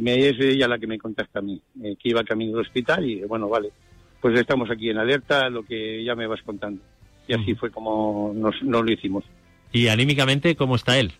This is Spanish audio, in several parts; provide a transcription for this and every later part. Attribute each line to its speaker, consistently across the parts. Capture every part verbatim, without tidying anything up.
Speaker 1: me es ella la que me contacta a mí, eh, que iba camino al hospital y bueno, vale, pues estamos aquí en alerta, lo que ya me vas contando. Y así fue como nos, nos lo hicimos.
Speaker 2: ¿Y anímicamente cómo está él?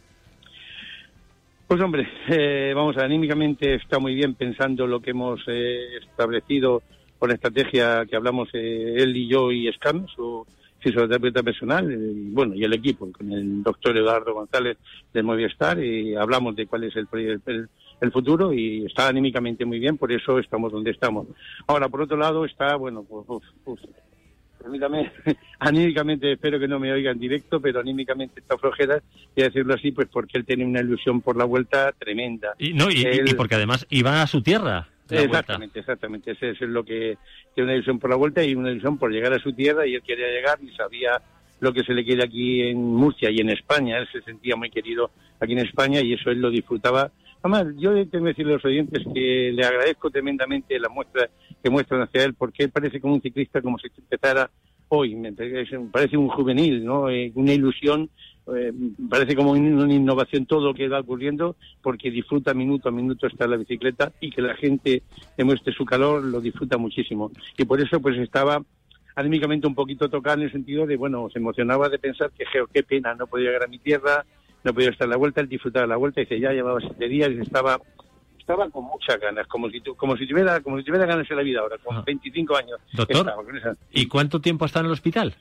Speaker 1: Pues hombre, eh, vamos, anímicamente está muy bien, pensando lo que hemos eh, establecido con la estrategia que hablamos eh, él y yo y Escam, su fisioterapeuta personal, eh, y bueno, y el equipo, con el doctor Eduardo González de Movistar, y hablamos de cuál es el, el, el futuro, y está anímicamente muy bien, por eso estamos donde estamos. Ahora, por otro lado, está, bueno, pues, pues, pues permítame, anímicamente, espero que no me oigan en directo, pero anímicamente está flojera, y a decirlo así, pues porque él tiene una ilusión por la vuelta tremenda.
Speaker 2: Y no y, él, y porque además iba a su tierra.
Speaker 1: Exactamente, exactamente. Ese es lo que tiene, una ilusión por la vuelta y una ilusión por llegar a su tierra, y él quería llegar y sabía lo que se le quiere aquí en Murcia y en España. Él se sentía muy querido aquí en España y eso él lo disfrutaba. Además, yo tengo que decirle a los oyentes que le agradezco tremendamente la muestra que muestran hacia él, porque él parece como un ciclista, como si empezara hoy, me parece un juvenil, ¿no? Eh, una ilusión, eh, parece como una innovación todo lo que va ocurriendo, porque disfruta minuto a minuto estar en la bicicleta, y que la gente demuestre su calor, lo disfruta muchísimo. Y por eso pues estaba anímicamente un poquito tocado en el sentido de, bueno, se emocionaba de pensar que, geo, qué pena, no podía llegar a mi tierra, no podía estar en la vuelta, él disfrutaba la vuelta, y dice, ya llevaba siete días y estaba... Estaba con muchas ganas, como si tu, como si tuviera como si tuviera ganas en la vida ahora, con ah. veinticinco años.
Speaker 2: Doctor, esa... ¿y cuánto tiempo está en el hospital?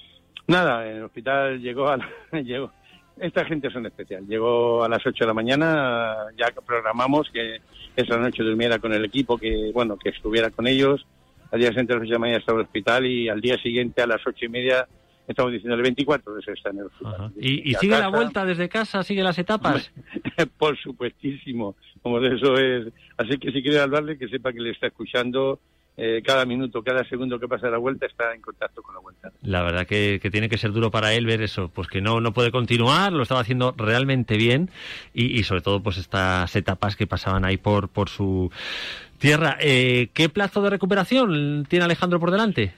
Speaker 1: Nada, en el hospital llegó a la, llegó. Esta gente son especial. Llegó a las ocho de la mañana, ya programamos que esa noche durmiera con el equipo, que bueno, que estuviera con ellos. Al día siguiente a las ocho de la mañana estaba en el hospital, y al día siguiente a las ocho y media estamos diciendo el veinticuatro, eso está en el hospital.
Speaker 2: ¿Y, y sigue casa, la vuelta desde casa? ¿Sigue las etapas?
Speaker 1: Por supuestísimo, como de eso es. Así que si quiere hablarle, que sepa que le está escuchando eh, cada minuto, cada segundo que pasa la vuelta, está en contacto con la vuelta.
Speaker 2: La verdad que, que tiene que ser duro para él ver eso, pues que no, no puede continuar, lo estaba haciendo realmente bien, y, y sobre todo pues estas etapas que pasaban ahí por, por su tierra. Eh, ¿Qué plazo de recuperación tiene Alejandro por delante?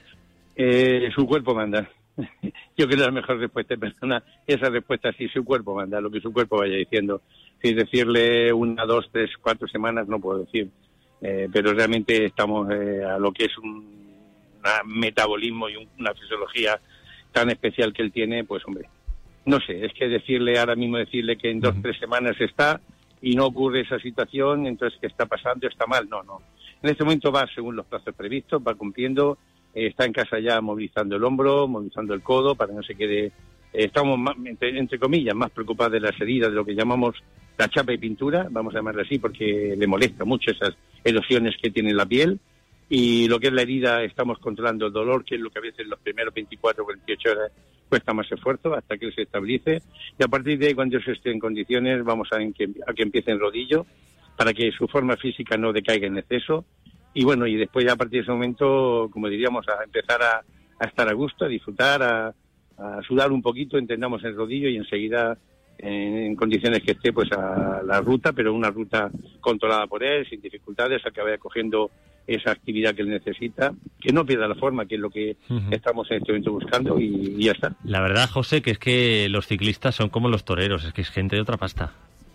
Speaker 1: Eh, su cuerpo manda. Yo creo que la mejor respuesta persona, esa respuesta sí, su cuerpo manda, lo que su cuerpo vaya diciendo. Si decirle una, dos, tres, cuatro semanas no puedo decir, eh, pero realmente estamos eh, a lo que es un metabolismo y un, una fisiología tan especial que él tiene, pues hombre, no sé, es que decirle ahora mismo, decirle que en dos, uh-huh. tres semanas está y no ocurre esa situación, entonces ¿qué está pasando? Está mal, no, no. En este momento va según los plazos previstos, va cumpliendo. Está en casa ya movilizando el hombro, movilizando el codo, para que no se quede... Eh, estamos, más, entre, entre comillas, más preocupados de las heridas, de lo que llamamos la chapa y pintura, vamos a llamarla así, porque le molesta mucho esas erosiones que tiene la piel. Y lo que es la herida, estamos controlando el dolor, que es lo que a veces los primeros veinticuatro o cuarenta y ocho horas cuesta más esfuerzo, hasta que él se estabilice. Y a partir de ahí, cuando eso esté en condiciones, vamos a, en que, a que empiece en rodillo, para que su forma física no decaiga en exceso. Y bueno, y después ya a partir de ese momento, como diríamos, a empezar a, a estar a gusto, a disfrutar, a, a sudar un poquito, entendamos el rodillo, y enseguida en, en condiciones que esté pues a la ruta, pero una ruta controlada por él, sin dificultades, a que vaya cogiendo esa actividad que él necesita, que no pierda la forma, que es lo que uh-huh. estamos en este momento buscando, y, y ya está.
Speaker 2: La verdad, José, que es que los ciclistas son como los toreros, es que es gente de otra pasta.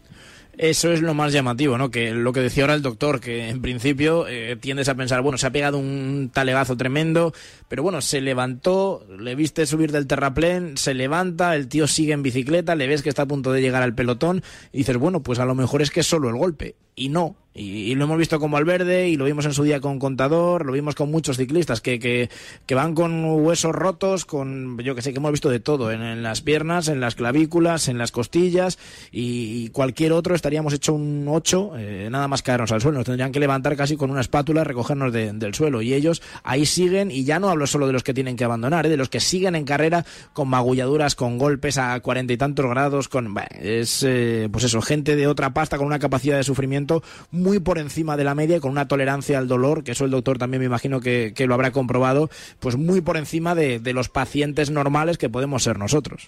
Speaker 3: Eso es lo más llamativo, ¿no? Que lo que decía ahora el doctor, que en principio eh, tiendes a pensar, bueno, se ha pegado un talegazo tremendo, pero bueno, se levantó, le viste subir del terraplén, se levanta, el tío sigue en bicicleta, le ves que está a punto de llegar al pelotón, y dices, bueno, pues a lo mejor es que es solo el golpe, y no. Y, y lo hemos visto con Valverde, y lo vimos en su día con Contador, lo vimos con muchos ciclistas que, que, que van con huesos rotos, con, yo que sé, que hemos visto de todo, en, en las piernas, en las clavículas, en las costillas, y, y cualquier otro estaríamos hecho un ocho, eh, nada más caernos al suelo, nos tendrían que levantar casi con una espátula, recogernos de, del suelo, y ellos ahí siguen, y ya no hablo solo de los que tienen que abandonar, ¿eh? De los que siguen en carrera con magulladuras, con golpes a cuarenta y tantos grados, con, bah, es, eh, pues eso, gente de otra pasta, con una capacidad de sufrimiento muy por encima de la media, con una tolerancia al dolor, que eso el doctor también me imagino que, que lo habrá comprobado, pues muy por encima de, de los pacientes normales que podemos ser nosotros.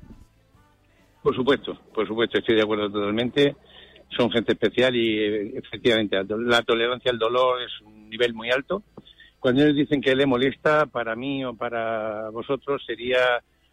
Speaker 1: Por supuesto, por supuesto, estoy de acuerdo totalmente. Son gente especial y efectivamente la tolerancia al dolor es un nivel muy alto. Cuando ellos dicen que le molesta, para mí o para vosotros sería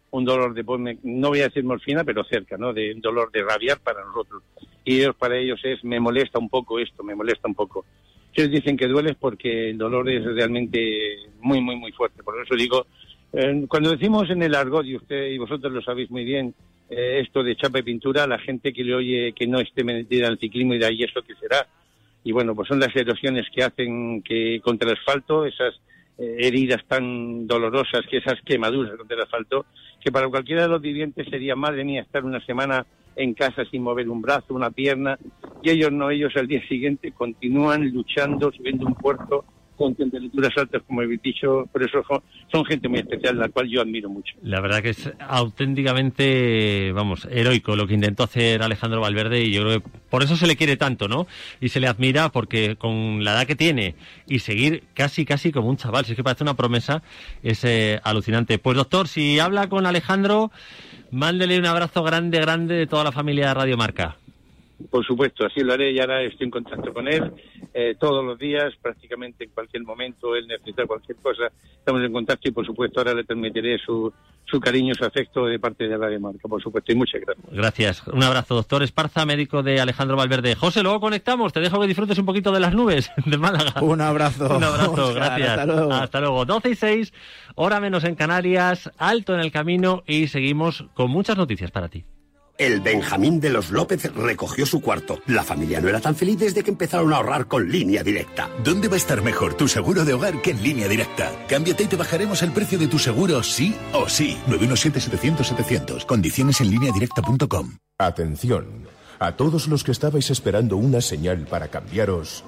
Speaker 1: un dolor de, no voy a decir morfina, pero cerca, ¿no? De un dolor de rabiar para nosotros. Y ellos, para ellos es, me molesta un poco esto, me molesta un poco. Ellos dicen que duele porque el dolor es realmente muy, muy, muy fuerte. Por eso digo, eh, cuando decimos en el argot, y usted y vosotros lo sabéis muy bien, eh, esto de chapa y pintura, la gente que le oye que no esté metida al ciclismo y de ahí eso que será. Y bueno, pues son las erosiones que hacen que contra el asfalto, esas eh, heridas tan dolorosas, que esas quemaduras contra el asfalto, que para cualquiera de los vivientes sería, madre mía, estar una semana en casa sin mover un brazo, una pierna, y ellos no, ellos al día siguiente continúan luchando, subiendo un puerto con temperaturas altas, como he dicho, por eso son, son gente muy especial, la cual yo admiro mucho.
Speaker 2: La verdad que es auténticamente, vamos, heroico lo que intentó hacer Alejandro Valverde, y yo creo que por eso se le quiere tanto, ¿no? Y se le admira porque con la edad que tiene y seguir casi, casi como un chaval, si es que parece una promesa, es eh, alucinante. Pues doctor, si habla con Alejandro, mándele un abrazo grande, grande de toda la familia de Radio Marca.
Speaker 1: Por supuesto, así lo haré, y ahora estoy en contacto con él eh, todos los días, prácticamente en cualquier momento, él necesita cualquier cosa, estamos en contacto, y por supuesto ahora le transmitiré su, su cariño, su afecto de parte de Radio Marca, por supuesto, y muchas gracias.
Speaker 2: Gracias, un abrazo, doctor Esparza, médico de Alejandro Valverde. José, luego conectamos, te dejo que disfrutes un poquito de las nubes de Málaga.
Speaker 3: Un abrazo.
Speaker 2: Un abrazo, Oscar, gracias.
Speaker 3: Hasta luego.
Speaker 2: Hasta luego. doce y seis, hora menos en Canarias, alto en el camino, y seguimos con muchas noticias para ti.
Speaker 4: El Benjamín de los López recogió su cuarto. La familia no era tan feliz desde que empezaron a ahorrar con Línea Directa.
Speaker 5: ¿Dónde va a estar mejor tu seguro de hogar que en Línea Directa? Cámbiate y te bajaremos el precio de tu seguro sí o sí. nueve uno siete, setecientos, setecientos. Condiciones en línea directa punto com.
Speaker 6: Atención, a todos los que estabais esperando una señal para cambiaros.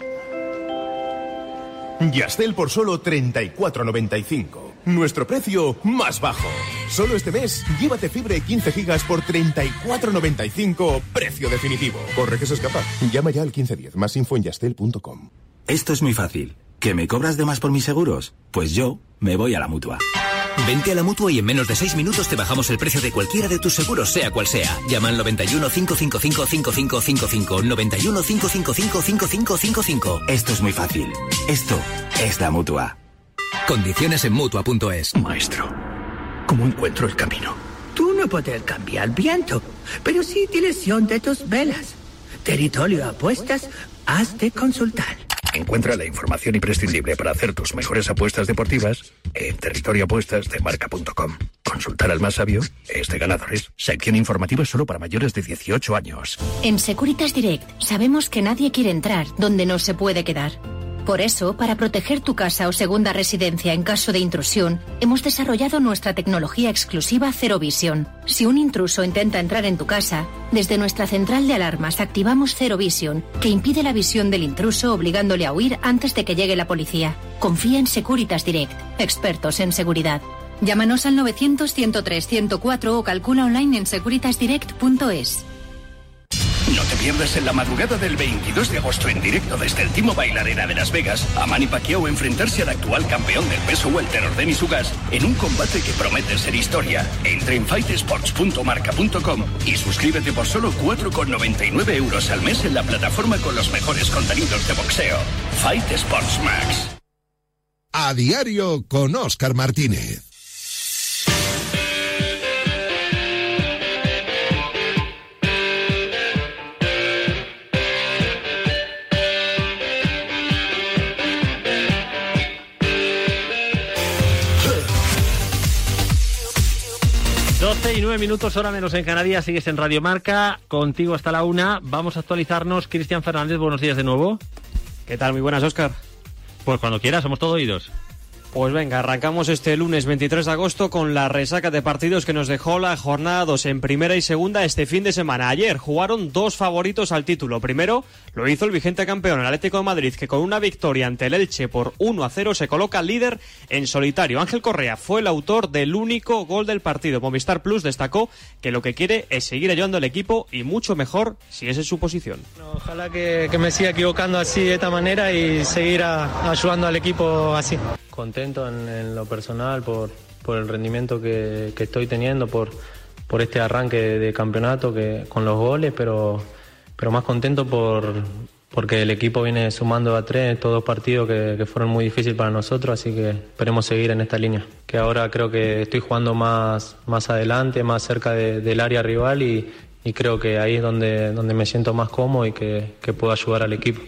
Speaker 6: Yastel por solo treinta y cuatro noventa y cinco. Nuestro precio más bajo. Solo este mes, llévate fibra y quince gigas por treinta y cuatro noventa y cinco, precio definitivo. Corre que se escapa. Llama ya al quince diez. Más info en yastel punto com.
Speaker 7: Esto es muy fácil. ¿Que me cobras de más por mis seguros? Pues yo me voy a la Mutua.
Speaker 8: Vente a la Mutua y en menos de seis minutos te bajamos el precio de cualquiera de tus seguros, sea cual sea. Llama al noventa y uno, cinco cinco cinco, cinco cinco cinco cinco, noventa y uno, cinco cinco cinco, cinco cinco cinco cinco.
Speaker 7: Esto es muy fácil. Esto es la Mutua.
Speaker 8: Condiciones en Mutua punto es.
Speaker 9: Maestro, ¿cómo encuentro el camino?
Speaker 10: Tú no puedes cambiar el viento, pero sí dirección de tus velas. Territorio Apuestas, has de consultar.
Speaker 9: Encuentra la información imprescindible para hacer tus mejores apuestas deportivas en territorio apuestas de marca punto com. Consultar al más sabio es de ganadores. Sección informativa solo para mayores de dieciocho años.
Speaker 11: En Securitas Direct sabemos que nadie quiere entrar donde no se puede quedar. Por eso, para proteger tu casa o segunda residencia en caso de intrusión, hemos desarrollado nuestra tecnología exclusiva Zero Vision. Si un intruso intenta entrar en tu casa, desde nuestra central de alarmas activamos Zero Vision, que impide la visión del intruso obligándole a huir antes de que llegue la policía. Confía en Securitas Direct, expertos en seguridad. Llámanos al novecientos, ciento tres, ciento cuatro o calcula online en securitas direct punto es.
Speaker 9: No te pierdas en la madrugada del veintidós de agosto en directo desde el T-Mobile Arena de Las Vegas a Manny Pacquiao enfrentarse al actual campeón del peso welter Denis Ugas en un combate que promete ser historia. Entra en fight sports punto marca punto com y suscríbete por solo cuatro con noventa y nueve euros al mes en la plataforma con los mejores contenidos de boxeo. Fight Sports Max.
Speaker 12: A diario con Óscar Martínez.
Speaker 2: doce y nueve minutos, hora menos en Canarias, sigues en Radio Marca, contigo hasta la una. Vamos a actualizarnos. Cristian Fernández, buenos días de nuevo.
Speaker 13: ¿Qué tal? Muy buenas, Óscar.
Speaker 2: Pues cuando quieras, somos todo oídos.
Speaker 13: Pues venga, arrancamos este lunes veintitrés de agosto con la resaca de partidos que nos dejó la jornada dos en primera y segunda este fin de semana. Ayer jugaron dos favoritos al título. Primero lo hizo el vigente campeón, el Atlético de Madrid, que con una victoria ante el Elche por uno a cero se coloca líder en solitario. Ángel Correa fue el autor del único gol del partido. Movistar Plus destacó que lo que quiere es seguir ayudando al equipo y mucho mejor si esa es su posición.
Speaker 14: Ojalá que, que me siga equivocando así de esta manera y seguir a, ayudando al equipo así.
Speaker 15: Contento en, en lo personal por, por el rendimiento que, que estoy teniendo, por, por este arranque de, de campeonato que, con los goles, pero, pero más contento por, porque el equipo viene sumando a tres en todos los partidos que, que fueron muy difíciles para nosotros, así que esperemos seguir en esta línea. Que ahora creo que estoy jugando más, más adelante, más cerca de, del área rival y, y creo que ahí es donde, donde me siento más cómodo y que, que puedo ayudar al equipo.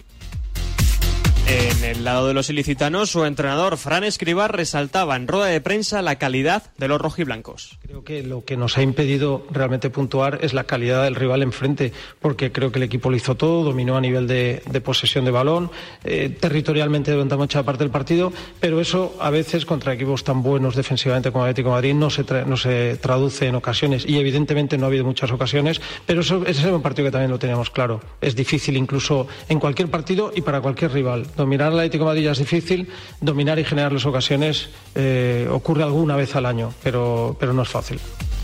Speaker 13: En el lado de los ilicitanos, su entrenador Fran Escribá resaltaba en rueda de prensa la calidad de los rojiblancos.
Speaker 16: Creo que lo que nos ha impedido realmente puntuar es la calidad del rival enfrente, porque creo que el equipo lo hizo todo, dominó a nivel de, de posesión de balón, eh, territorialmente durante mucha parte del partido, pero eso a veces contra equipos tan buenos defensivamente como el Atlético de Madrid no se, tra- no se traduce en ocasiones, y evidentemente no ha habido muchas ocasiones, pero eso, ese es un partido que también lo teníamos claro. Es difícil incluso en cualquier partido y para cualquier rival. Dominar al Atlético de Madrid ya es difícil, dominar y generar las ocasiones eh, ocurre alguna vez al año, pero, pero no es fácil.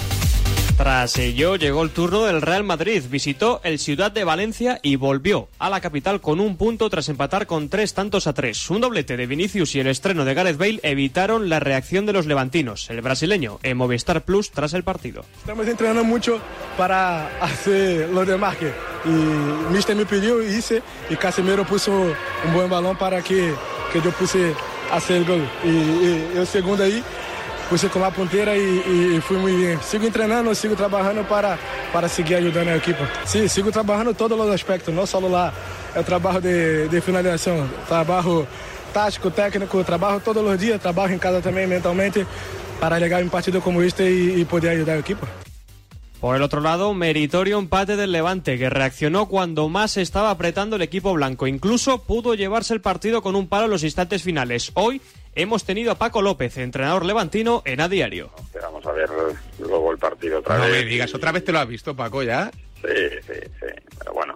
Speaker 13: Tras ello llegó el turno del Real Madrid, visitó el Ciudad de Valencia y volvió a la capital con un punto tras empatar con tres tantos a tres. Un doblete de Vinicius y el estreno de Gareth Bale evitaron la reacción de los levantinos. El brasileño en Movistar Plus tras el partido.
Speaker 17: Estamos entrenando mucho para hacer lo demás que y Mister me pidió y hice y Casemiro puso un buen balón para que, que yo puse a hacer el gol y, y, y el segundo ahí puse con la puntera y, y fui muy bien. Sigo entrenando, sigo trabajando para, para seguir ayudando al equipo. Sí, sigo trabajando todos los aspectos, no solo la, el trabajo de, de finalización, trabajo táctico, técnico, trabajo todos los días, trabajo en casa también mentalmente para llegar a un partido como este y, y poder ayudar al equipo.
Speaker 13: Por el otro lado, meritorio empate del Levante, que reaccionó cuando más se estaba apretando el equipo blanco. Incluso pudo llevarse el partido con un palo en los instantes finales. Hoy hemos tenido a Paco López, entrenador levantino, en A Diario.
Speaker 18: Vamos a ver luego el partido otra
Speaker 19: no
Speaker 18: vez.
Speaker 19: No me digas, ¿otra vez te lo has visto, Paco, ya?
Speaker 18: Sí, sí, sí, pero bueno.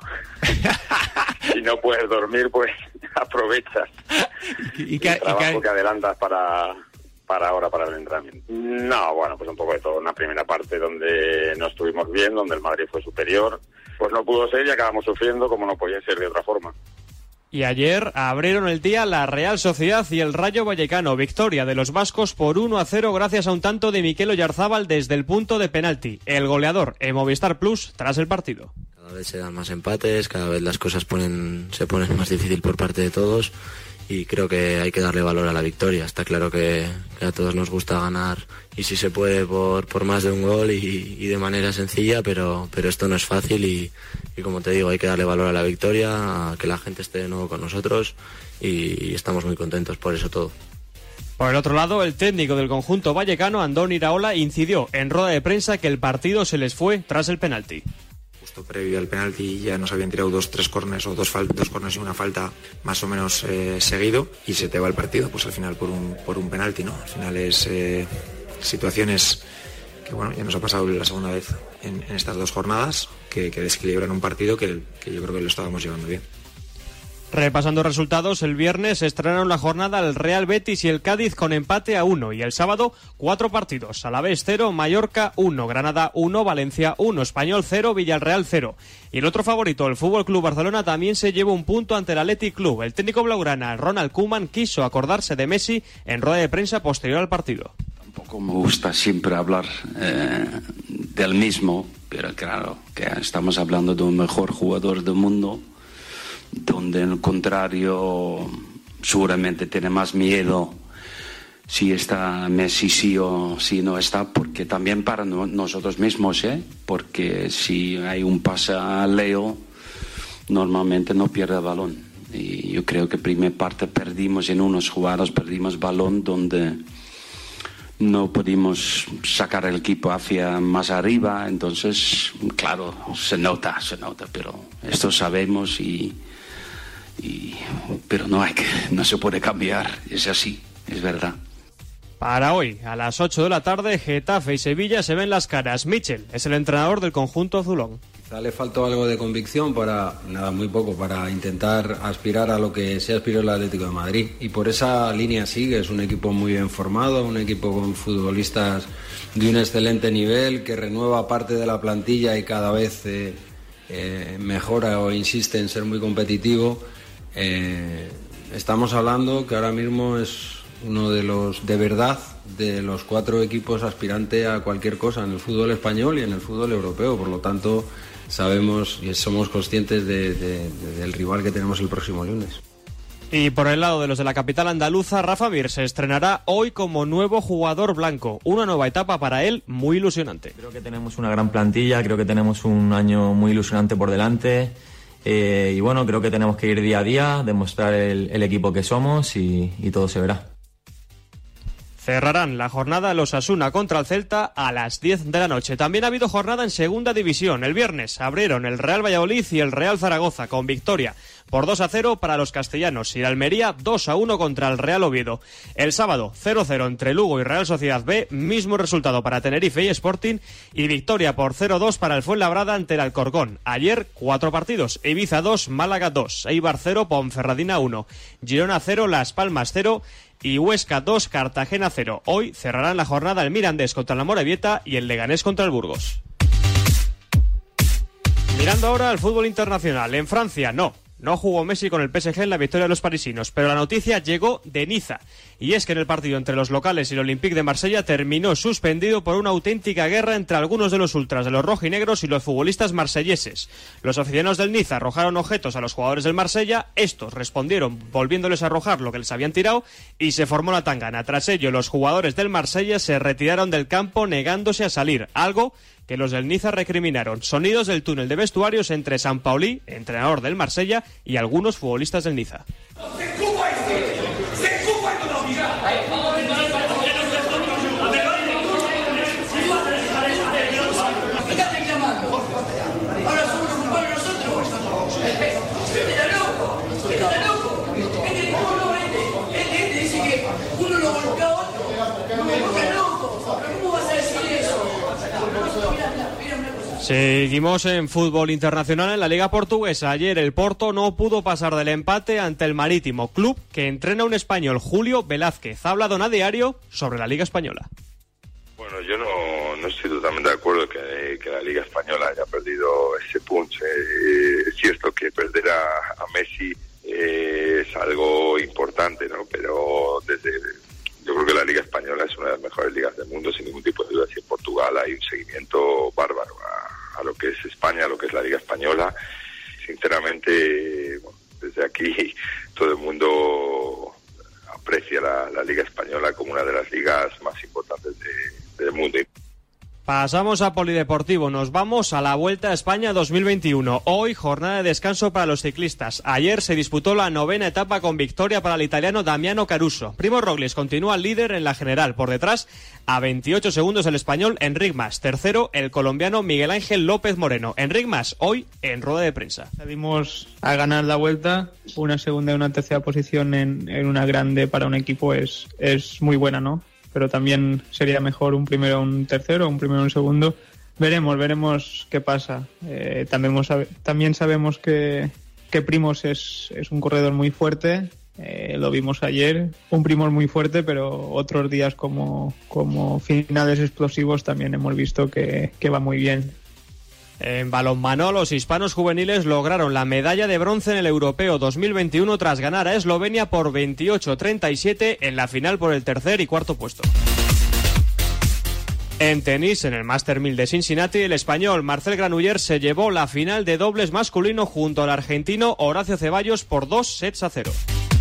Speaker 18: Si no puedes dormir, pues aprovechas
Speaker 19: ¿Y, y qué,
Speaker 18: el trabajo
Speaker 19: y qué...
Speaker 18: que adelantas para... para ahora, para el entrenamiento. No, bueno, pues un poco de todo. Una primera parte donde no estuvimos bien, donde el Madrid fue superior, pues no pudo ser y acabamos sufriendo como no podía ser de otra forma.
Speaker 13: Y ayer abrieron el día la Real Sociedad y el Rayo Vallecano. Victoria de los vascos por uno a cero gracias a un tanto de Mikel Oyarzábal desde el punto de penalti. El goleador en Movistar Plus tras el partido.
Speaker 20: Cada vez se dan más empates, cada vez las cosas ponen, se ponen más difícil por parte de todos. Y creo que hay que darle valor a la victoria. Está claro que, que a todos nos gusta ganar y si se puede por, por más de un gol y, y de manera sencilla, pero, pero esto no es fácil y, y como te digo, hay que darle valor a la victoria, a que la gente esté de nuevo con nosotros y, y estamos muy contentos por eso todo.
Speaker 13: Por el otro lado, el técnico del conjunto vallecano, Andón Iraola, incidió en rueda de prensa que el partido se les fue tras el penalti.
Speaker 21: Justo previo al penalti ya nos habían tirado dos, tres corners o dos, fal- dos corners y una falta más o menos eh, seguido y se te va el partido, pues al final por un, por un penalti, ¿no? Al final es eh, situaciones que bueno, ya nos ha pasado la segunda vez en, en estas dos jornadas que, que desequilibran un partido que, que yo creo que lo estábamos llevando bien.
Speaker 13: Repasando resultados, el viernes estrenaron la jornada el Real Betis y el Cádiz con empate a uno y el sábado cuatro partidos, Alavés cero, Mallorca uno, Granada uno, Valencia uno, Español cero, Villarreal cero. Y el otro favorito, el Fútbol Club Barcelona, también se llevó un punto ante el Athletic Club. El técnico blaugrana, Ronald Koeman, quiso acordarse de Messi en rueda de prensa posterior al partido.
Speaker 22: Tampoco me gusta siempre hablar eh, del mismo, pero claro, que estamos hablando de un mejor jugador del mundo, donde el contrario seguramente tiene más miedo si está Messi sí o si no está, porque también para no, nosotros mismos, ¿eh? Porque si hay un pase a Leo, normalmente no pierde el balón. Y yo creo que primera parte perdimos en unos jugados, perdimos balón donde no pudimos sacar el equipo hacia más arriba, entonces, claro, se nota, se nota, pero esto sabemos y... Y, pero no hay que, no se puede cambiar, es así, es verdad.
Speaker 13: Para hoy, a las ocho de la tarde, Getafe y Sevilla se ven las caras. Michel es el entrenador del conjunto azulón.
Speaker 23: Quizá le faltó algo de convicción para, nada, muy poco, para intentar aspirar a lo que se aspiró el Atlético de Madrid. Y por esa línea sigue, es un equipo muy bien formado, un equipo con futbolistas de un excelente nivel, que renueva parte de la plantilla y cada vez eh, eh, mejora o insiste en ser muy competitivo. Eh, estamos hablando que ahora mismo es uno de los, de verdad, de los cuatro equipos aspirante a cualquier cosa en el fútbol español y en el fútbol europeo. Por lo tanto, sabemos y somos conscientes de, de, de, del rival que tenemos el próximo lunes.
Speaker 13: Y por el lado de los de la capital andaluza, Rafa Mir se estrenará hoy como nuevo jugador blanco. Una nueva etapa para él muy ilusionante.
Speaker 1: Creo que tenemos una gran plantilla, creo que tenemos un año muy ilusionante por delante. Eh, y bueno, creo que tenemos que ir día a día, demostrar el, el equipo que somos y, y todo se verá.
Speaker 13: Cerrarán la jornada los Osasuna contra el Celta a las diez de la noche. También ha habido jornada en segunda división. El viernes abrieron el Real Valladolid y el Real Zaragoza con victoria por dos a cero para los castellanos y el Almería dos a uno contra el Real Oviedo. El sábado cero a cero entre Lugo y Real Sociedad B, mismo resultado para Tenerife y Sporting, y victoria por cero a dos para el Fuenlabrada ante el Alcorcón. Ayer cuatro partidos: Ibiza dos, Málaga dos, Eibar cero, Ponferradina uno, Girona cero, Las Palmas cero y Huesca dos, Cartagena cero. Hoy cerrarán la jornada el Mirandés contra la Morevieta y el Leganés contra el Burgos. Mirando ahora al fútbol internacional. En Francia, no. No jugó Messi con el P S G en la victoria de los parisinos, pero la noticia llegó de Niza. Y es que en el partido entre los locales y el Olympique de Marsella terminó suspendido por una auténtica guerra entre algunos de los ultras de los rojinegros y los futbolistas marselleses. Los aficionados del Niza arrojaron objetos a los jugadores del Marsella, estos respondieron volviéndoles a arrojar lo que les habían tirado y se formó la tangana. Tras ello, los jugadores del Marsella se retiraron del campo negándose a salir, algo que los del Niza recriminaron. Sonidos del túnel de vestuarios entre Sampaoli, entrenador del Marsella, y algunos futbolistas del Niza. Seguimos en fútbol internacional en la Liga Portuguesa. Ayer el Porto no pudo pasar del empate ante el Marítimo, club que entrena un español, Julio Velázquez. Ha hablado en A Diario sobre la Liga Española.
Speaker 3: Bueno, yo no, no estoy totalmente de acuerdo que, que la Liga Española haya perdido ese punch. Eh, es cierto que perder a, a Messi eh, es algo importante, ¿no? Pero desde... Yo creo que la Liga Española es una de las mejores ligas del mundo, sin ningún tipo de duda. Si en Portugal hay un seguimiento bárbaro a, a lo que es España, a lo que es la Liga Española. Sinceramente, bueno, desde aquí todo el mundo aprecia la, la Liga Española como una de las ligas más importantes de, del mundo.
Speaker 13: Pasamos a polideportivo, nos vamos a la Vuelta a España dos mil veintiuno. Hoy jornada de descanso para los ciclistas. Ayer se disputó la novena etapa con victoria para el italiano Damiano Caruso. Primo Roglic continúa líder en la general, por detrás a veintiocho segundos el español Enric Mas. Tercero el colombiano Miguel Ángel López Moreno. Enric Mas hoy en rueda de prensa.
Speaker 4: Salimos a ganar la Vuelta, una segunda y una tercera posición en, en una grande para un equipo es, es muy buena, ¿no? Pero también sería mejor un primero o un tercero, un primero o un segundo. Veremos, veremos qué pasa. Eh, también, sabe, también sabemos que, que Primož es, es un corredor muy fuerte, eh, lo vimos ayer, un Primož muy fuerte, pero otros días como, como finales explosivos también hemos visto que, que va muy bien.
Speaker 13: En balonmano, los hispanos juveniles lograron la medalla de bronce en el Europeo dos mil veintiuno tras ganar a Eslovenia por veintiocho a treinta y siete en la final por el tercer y cuarto puesto. En tenis, en el Master mil de Cincinnati, el español Marcel Granollers se llevó la final de dobles masculino junto al argentino Horacio Ceballos por dos sets a cero.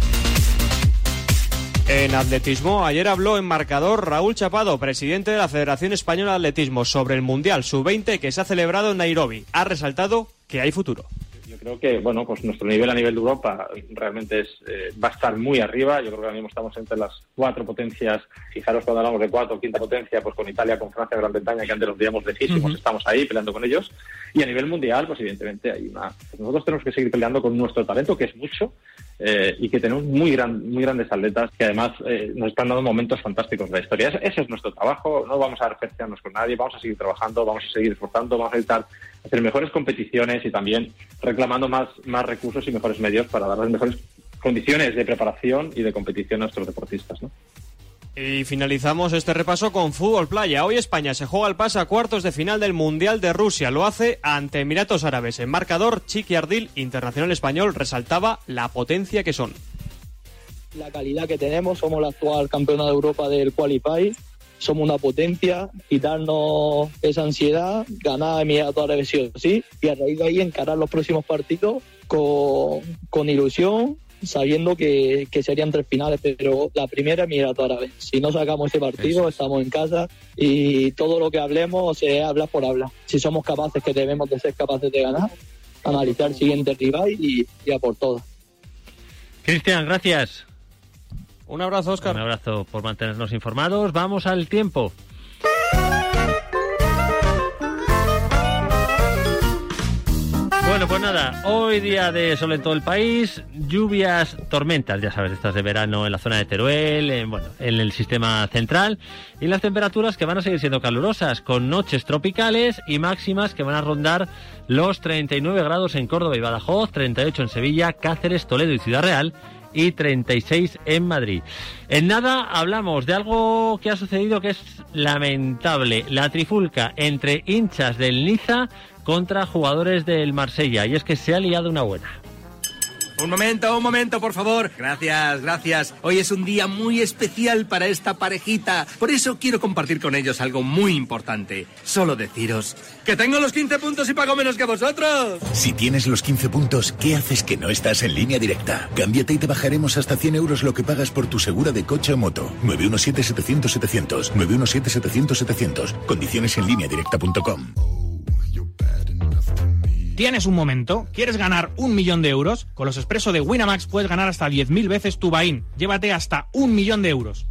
Speaker 13: En atletismo, ayer habló en marcador Raúl Chapado, presidente de la Federación Española de Atletismo, sobre el Mundial sub veinte que se ha celebrado en Nairobi. Ha resaltado que hay futuro.
Speaker 24: Yo creo que, bueno, pues nuestro nivel a nivel de Europa realmente es eh, va a estar muy arriba. Yo creo que ahora mismo estamos entre las cuatro potencias. Fijaros cuando hablamos de cuatro o quinta potencia, pues con Italia, con Francia, Gran Bretaña, que antes los veíamos lejísimos, uh-huh. Estamos ahí peleando con ellos. Y a nivel mundial, pues evidentemente hay una... Pues nosotros tenemos que seguir peleando con nuestro talento, que es mucho, eh, y que tenemos muy gran, muy grandes atletas que además eh, nos están dando momentos fantásticos de la historia. Ese, ese es nuestro trabajo, no vamos a referenciarnos con nadie, vamos a seguir trabajando, vamos a seguir esforzando, vamos a intentar hacer mejores competiciones y también reclamando más, más recursos y mejores medios para dar las mejores condiciones de preparación y de competición a nuestros deportistas, ¿no?
Speaker 13: Y finalizamos este repaso con fútbol playa. Hoy España se juega el pase a cuartos de final del Mundial de Rusia. Lo hace ante Emiratos Árabes. En marcador, Chiqui Ardil, internacional español, resaltaba la potencia que son.
Speaker 25: La calidad que tenemos, somos la actual campeona de Europa del Qualify
Speaker 5: somos una potencia, quitarnos esa ansiedad, ganar eliminatorias sí o sí, y a raíz de ahí encarar los próximos partidos con, con ilusión, sabiendo que, que serían tres finales, pero la primera es eliminatoria. Si no sacamos ese partido, estamos en casa y todo lo que hablemos es hablar por hablar. Si somos capaces, que debemos de ser capaces de ganar, analizar el siguiente rival y, y a por todo.
Speaker 2: Cristian, gracias.
Speaker 13: Un abrazo, Óscar.
Speaker 2: Un abrazo por mantenernos informados. Vamos al tiempo. Bueno, pues nada, hoy día de sol en todo el país, lluvias, tormentas, ya sabes, estas de verano en la zona de Teruel, en, bueno, en el sistema central, y las temperaturas que van a seguir siendo calurosas, con noches tropicales y máximas que van a rondar los treinta y nueve grados en Córdoba y Badajoz, treinta y ocho en Sevilla, Cáceres, Toledo y Ciudad Real, y treinta y seis en Madrid. En nada hablamos de algo que ha sucedido que es lamentable, la trifulca entre hinchas del Niza contra jugadores del Marsella, y es que se ha liado una buena.
Speaker 6: Un momento, un momento, por favor. Gracias, gracias. Hoy es un día muy especial para esta parejita. Por eso quiero compartir con ellos algo muy importante. Solo deciros que tengo los quince puntos y pago menos que vosotros.
Speaker 7: Si tienes los quince puntos, ¿qué haces que no estás en Línea Directa? Cámbiate y te bajaremos hasta cien euros lo que pagas por tu segura de coche o moto. nueve uno siete, setecientos, setecientos. nueve uno siete, setecientos, setecientos. Condiciones en línea directa punto com.
Speaker 8: ¿Tienes un momento? ¿Quieres ganar un millón de euros? Con los Expreso de Winamax puedes ganar hasta diez mil veces tu buy-in. Llévate hasta un millón de euros.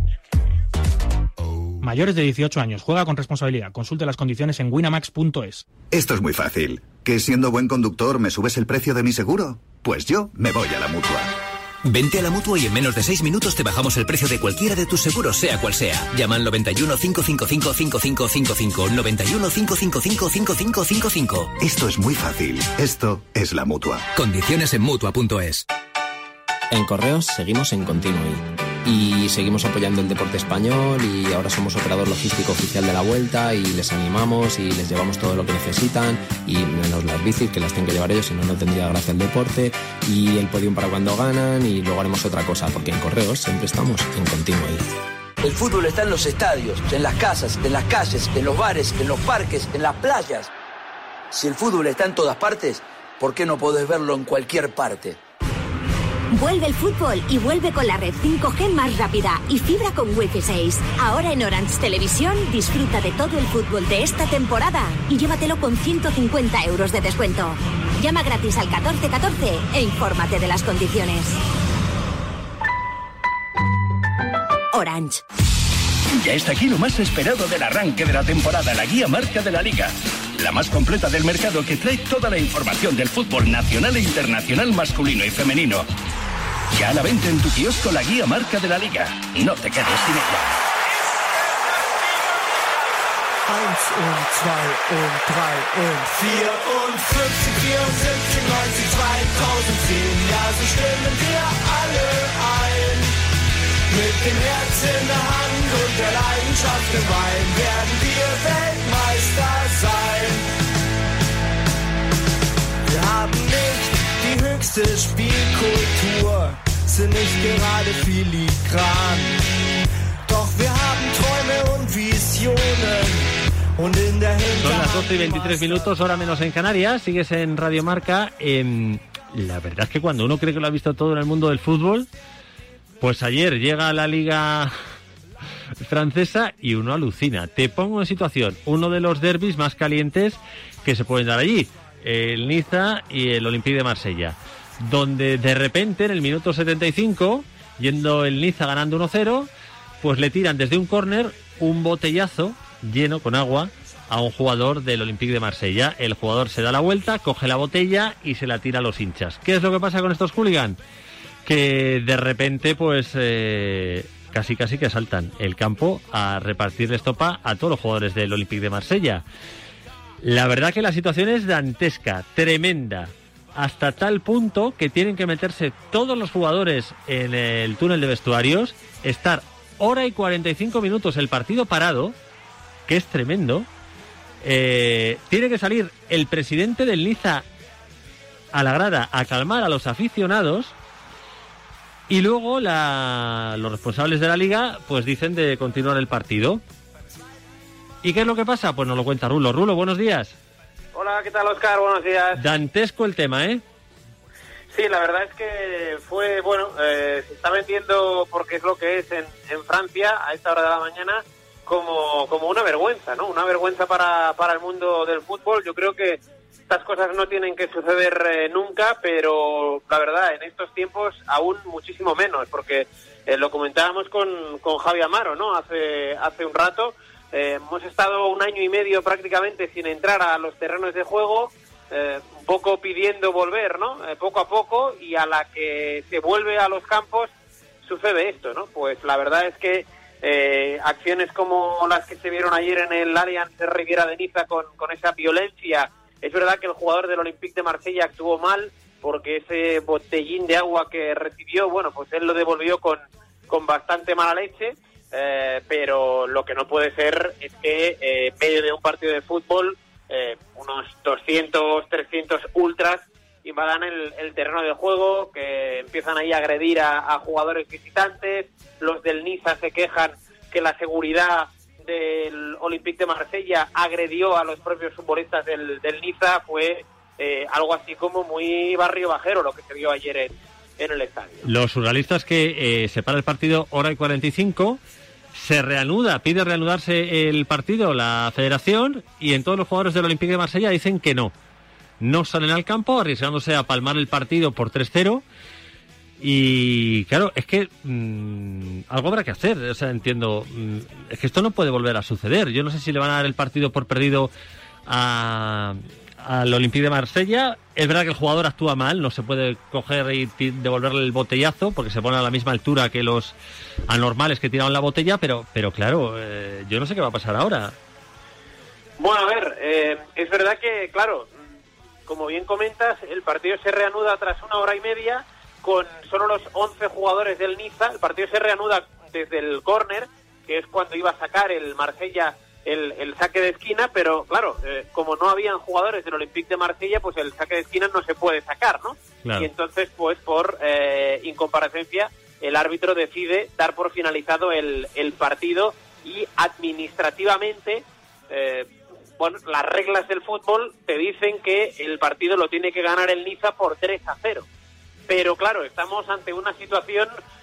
Speaker 8: Mayores de dieciocho años. Juega con responsabilidad. Consulte las condiciones en winamax punto es.
Speaker 25: Esto es muy fácil. ¿Que siendo buen conductor me subes el precio de mi seguro? Pues yo me voy a la Mutua.
Speaker 26: Vente a la Mutua y en menos de seis minutos te bajamos el precio de cualquiera de tus seguros, sea cual sea. Llama al noventa y uno, cinco cinco cinco, cinco cinco cinco cinco, noventa y uno, cinco cinco cinco, cinco cinco cinco cinco.
Speaker 25: Esto es muy fácil. Esto es la Mutua.
Speaker 26: Condiciones en mutua punto es.
Speaker 27: En Correos seguimos en Continuo y seguimos apoyando el deporte español y ahora somos operador logístico oficial de la Vuelta y les animamos y les llevamos todo lo que necesitan y menos las bicis que las tienen que llevar ellos, si no no tendría gracia el deporte, y el podium para cuando ganan, y luego haremos otra cosa porque en Correos siempre estamos en Continuo.
Speaker 28: El fútbol está en los estadios, en las casas, en las calles, en los bares, en los parques, en las playas. Si el fútbol está en todas partes, ¿por qué no podés verlo en cualquier parte?
Speaker 29: Vuelve el fútbol y vuelve con la red cinco G más rápida y fibra con Wi-Fi seis. Ahora en Orange Televisión disfruta de todo el fútbol de esta temporada y llévatelo con ciento cincuenta euros de descuento. Llama gratis al catorce catorce e infórmate de las condiciones. Orange.
Speaker 9: Ya está aquí lo más esperado del arranque de la temporada, la guía marca de la Liga. La más completa del mercado, que trae toda la información del fútbol nacional e internacional masculino y femenino. Ya a la venta en tu kiosco, la guía marca de la Liga. No te quedes sin ella.
Speaker 30: Eins und zwei und drei und vier und fünfzig, vierundsiebzig, neunzig, zweitausendzehn. Ja, so stimmen wir alle ein. Mit dem Herz in der Hand und der Leidenschaft im Bein werden wir Weltmeister sein. Wir haben nicht die höchste Spielkultur, sind nicht gerade filigran. Doch wir haben Träume und Visionen. Und in der
Speaker 2: Son las doce y veintitrés minutos, hora menos en Canarias. Sigues en Radio Marca. Eh, la verdad es que cuando uno cree que lo ha visto todo en el mundo del fútbol, pues ayer llega a la Liga francesa y uno alucina. Te pongo en situación uno de los derbis más calientes que se pueden dar allí, el Niza y el Olympique de Marsella, donde de repente en el minuto setenta y cinco, yendo el Niza ganando uno cero, pues le tiran desde un córner un botellazo lleno con agua a un jugador del Olympique de Marsella. El jugador se da la vuelta, coge la botella y se la tira a los hinchas. ¿Qué es lo que pasa con estos hooligans? Que de repente pues eh, casi casi que saltan el campo a repartirle estopa a todos los jugadores del Olympique de Marsella. La verdad que la situación es dantesca, tremenda, hasta tal punto que tienen que meterse todos los jugadores en el túnel de vestuarios, estar hora y cuarenta y cinco minutos el partido parado, que es tremendo. Eh, tiene que salir el presidente del Niza a la grada a calmar a los aficionados. Y luego la, los responsables de la Liga pues dicen de continuar el partido. ¿Y qué es lo que pasa? Pues nos lo cuenta Rulo. Rulo, buenos días.
Speaker 10: Hola, ¿qué tal, Óscar? Buenos días.
Speaker 2: Dantesco el tema, ¿eh?
Speaker 10: Sí, la verdad es que fue, bueno, eh, se está vendiendo, porque es lo que es en, en Francia, a esta hora de la mañana, como, como una vergüenza, ¿no? Una vergüenza para, para el mundo del fútbol. Yo creo que estas cosas no tienen que suceder eh, nunca, pero la verdad, en estos tiempos aún muchísimo menos, porque eh, lo comentábamos con, con Javi Amaro, ¿no? Hace, hace un rato. Eh, hemos estado un año y medio prácticamente sin entrar a los terrenos de juego, eh, un poco pidiendo volver, ¿no? Eh, poco a poco, y a la que se vuelve a los campos sucede esto, ¿no? Pues la verdad es que eh, acciones como las que se vieron ayer en el Allianz Riviera de Niza con, con esa violencia. Es verdad que el jugador del Olympique de Marsella actuó mal, porque ese botellín de agua que recibió, bueno, pues él lo devolvió con, con bastante mala leche. Eh, pero lo que no puede ser es que eh, en medio de un partido de fútbol eh, unos doscientos, trescientos ultras invadan el, el terreno de juego, que empiezan ahí a agredir a, a jugadores visitantes. Los del Niza se quejan que la seguridad del Olympique de Marsella agredió a los propios futbolistas del, del Niza. Fue eh, algo así como muy barrio bajero lo que se vio ayer en, en el estadio.
Speaker 2: Los surrealistas que eh, se para el partido hora y cuarenta y cinco, se reanuda, pide reanudarse el partido la federación, y en todos los jugadores del Olympique de Marsella dicen que no. No salen al campo, arriesgándose a palmar el partido por tres cero. Y claro, es que mmm, algo habrá que hacer. O sea, entiendo, mmm, es que esto no puede volver a suceder. Yo no sé si le van a dar el partido por perdido a... al Olympique de Marsella. Es verdad que el jugador actúa mal, no se puede coger y t- devolverle el botellazo porque se pone a la misma altura que los anormales que tiraron la botella, pero pero claro, eh, yo no sé qué va a pasar ahora.
Speaker 10: Bueno, a ver, eh, es verdad que, claro, como bien comentas, el partido se reanuda tras una hora y media con solo los once jugadores del Niza. El partido se reanuda desde el córner, que es cuando iba a sacar el Marsella El, el saque de esquina, pero claro, eh, como no habían jugadores del Olympique de Marsella, pues el saque de esquina no se puede sacar, ¿no? Claro. Y entonces, pues por eh, incomparecencia, el árbitro decide dar por finalizado el, el partido, y administrativamente, eh, bueno, las reglas del fútbol te dicen que el partido lo tiene que ganar el Niza por tres a cero. Pero claro, estamos ante una situación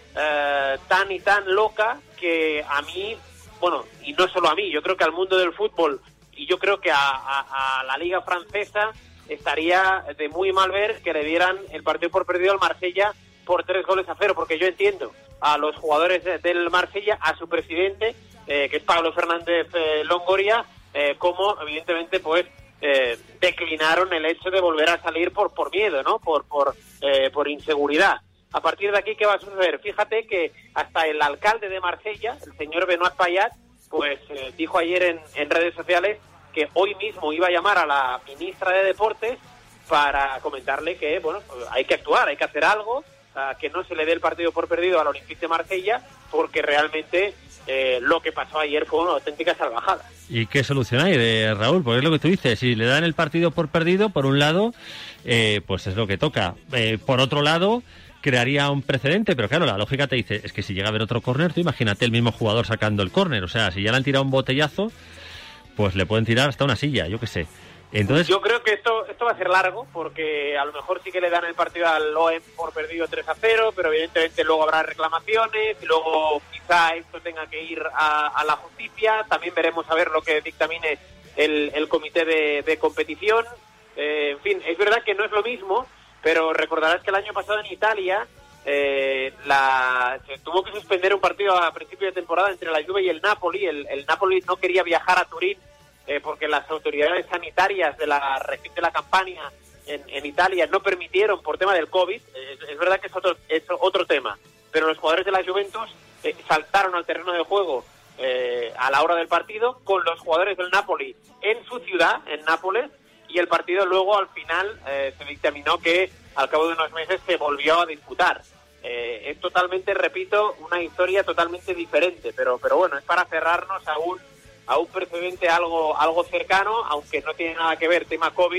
Speaker 10: eh, tan y tan loca que a mí... Bueno, y no solo a mí, yo creo que al mundo del fútbol, y yo creo que a, a, a la Liga Francesa estaría de muy mal ver que le dieran el partido por perdido al Marsella por tres goles a cero, porque yo entiendo a los jugadores de, del Marsella, a su presidente, eh, que es Pablo Fernández eh, Longoria, eh, como evidentemente pues eh, declinaron el hecho de volver a salir por por miedo, ¿no? Por por eh, por inseguridad. A partir de aquí, ¿qué va a suceder? Fíjate que hasta el alcalde de Marsella, el señor Benoit Payat, pues eh, dijo ayer en, en redes sociales que hoy mismo iba a llamar a la ministra de Deportes para comentarle que, bueno, hay que actuar, hay que hacer algo, uh, que no se le dé el partido por perdido al Olympique de Marsella, porque realmente eh, lo que pasó ayer fue una auténtica salvajada.
Speaker 2: ¿Y qué solución hay, de Raúl? Porque es lo que tú dices, si le dan el partido por perdido, por un lado, eh, pues es lo que toca. Eh, por otro lado, crearía un precedente, pero claro, la lógica te dice, es que si llega a haber otro córner, tú imagínate el mismo jugador sacando el córner, o sea, si ya le han tirado un botellazo, pues le pueden tirar hasta una silla, yo qué sé. Entonces,
Speaker 10: yo creo que esto esto va a ser largo, porque a lo mejor sí que le dan el partido al O E M por perdido tres a cero, pero evidentemente luego habrá reclamaciones, y luego quizá esto tenga que ir a, a la justicia. También veremos a ver lo que dictamine el, el comité de, de competición. Eh, en fin, es verdad que no es lo mismo, pero recordarás que el año pasado en Italia eh, la, se tuvo que suspender un partido a principio de temporada entre la Juve y el Napoli. El, el Napoli no quería viajar a Turín eh, porque las autoridades sanitarias de la región de la Campania en, en Italia no permitieron por tema del COVID. Eh, es verdad que es otro, es otro tema, pero los jugadores de la Juventus eh, saltaron al terreno de juego eh, a la hora del partido con los jugadores del Napoli en su ciudad, en Nápoles, y el partido luego al final eh, se dictaminó que al cabo de unos meses se volvió a disputar. Eh, es totalmente, repito, una historia totalmente diferente, pero pero bueno, es para cerrarnos a un, a un precedente algo, algo cercano, aunque no tiene nada que ver tema COVID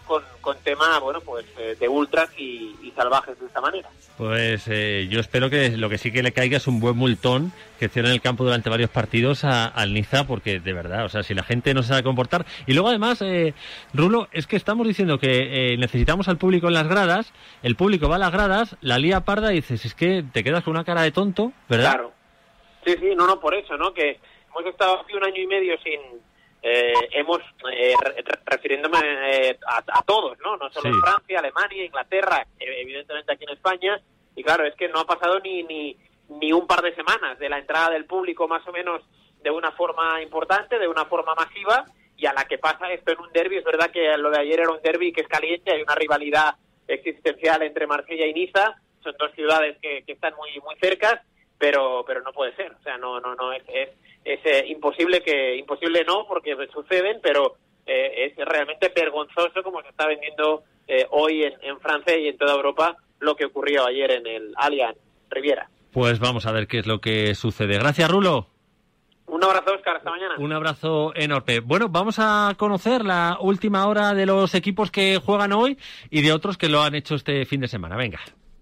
Speaker 10: con, con tema, bueno, pues eh, de ultras y, y salvajes de esta manera.
Speaker 2: Pues eh, yo espero que lo que sí que le caiga es un buen multón que cierre en el campo durante varios partidos a, al Niza, porque de verdad, o sea, si la gente no se sabe comportar. Y luego además, eh, Rulo, es que estamos diciendo que eh, necesitamos al público en las gradas, el público va a las gradas, la lía parda y dices, es que te quedas con una cara de tonto, ¿verdad?
Speaker 10: Claro. Sí, sí, no, no, por eso, ¿no? Que hemos estado aquí un año y medio sin... Eh, hemos, eh, re- refiriéndome eh, a, a todos, ¿no? No solo
Speaker 2: Sí.
Speaker 10: en Francia, Alemania, Inglaterra, eh, evidentemente aquí en España, y claro, es que no ha pasado ni, ni, ni un par de semanas de la entrada del público más o menos de una forma importante, de una forma masiva, y a la que pasa esto en un derbi. Es verdad que lo de ayer era un derbi que es caliente, hay una rivalidad existencial entre Marsella y Niza, son dos ciudades que, que están muy muy cercas, pero pero no puede ser, o sea, no no no es es, es eh, imposible que imposible no, porque suceden, pero eh, es realmente vergonzoso como se está vendiendo eh, hoy en, en Francia y en toda Europa lo que ocurrió ayer en el Allianz Riviera.
Speaker 2: Pues vamos a ver qué es lo que sucede. Gracias, Rulo.
Speaker 10: Un abrazo, Óscar, hasta mañana.
Speaker 2: Un abrazo enorme. Bueno, vamos a conocer la última hora de los equipos que juegan hoy y de otros que lo han hecho este fin de semana. Venga.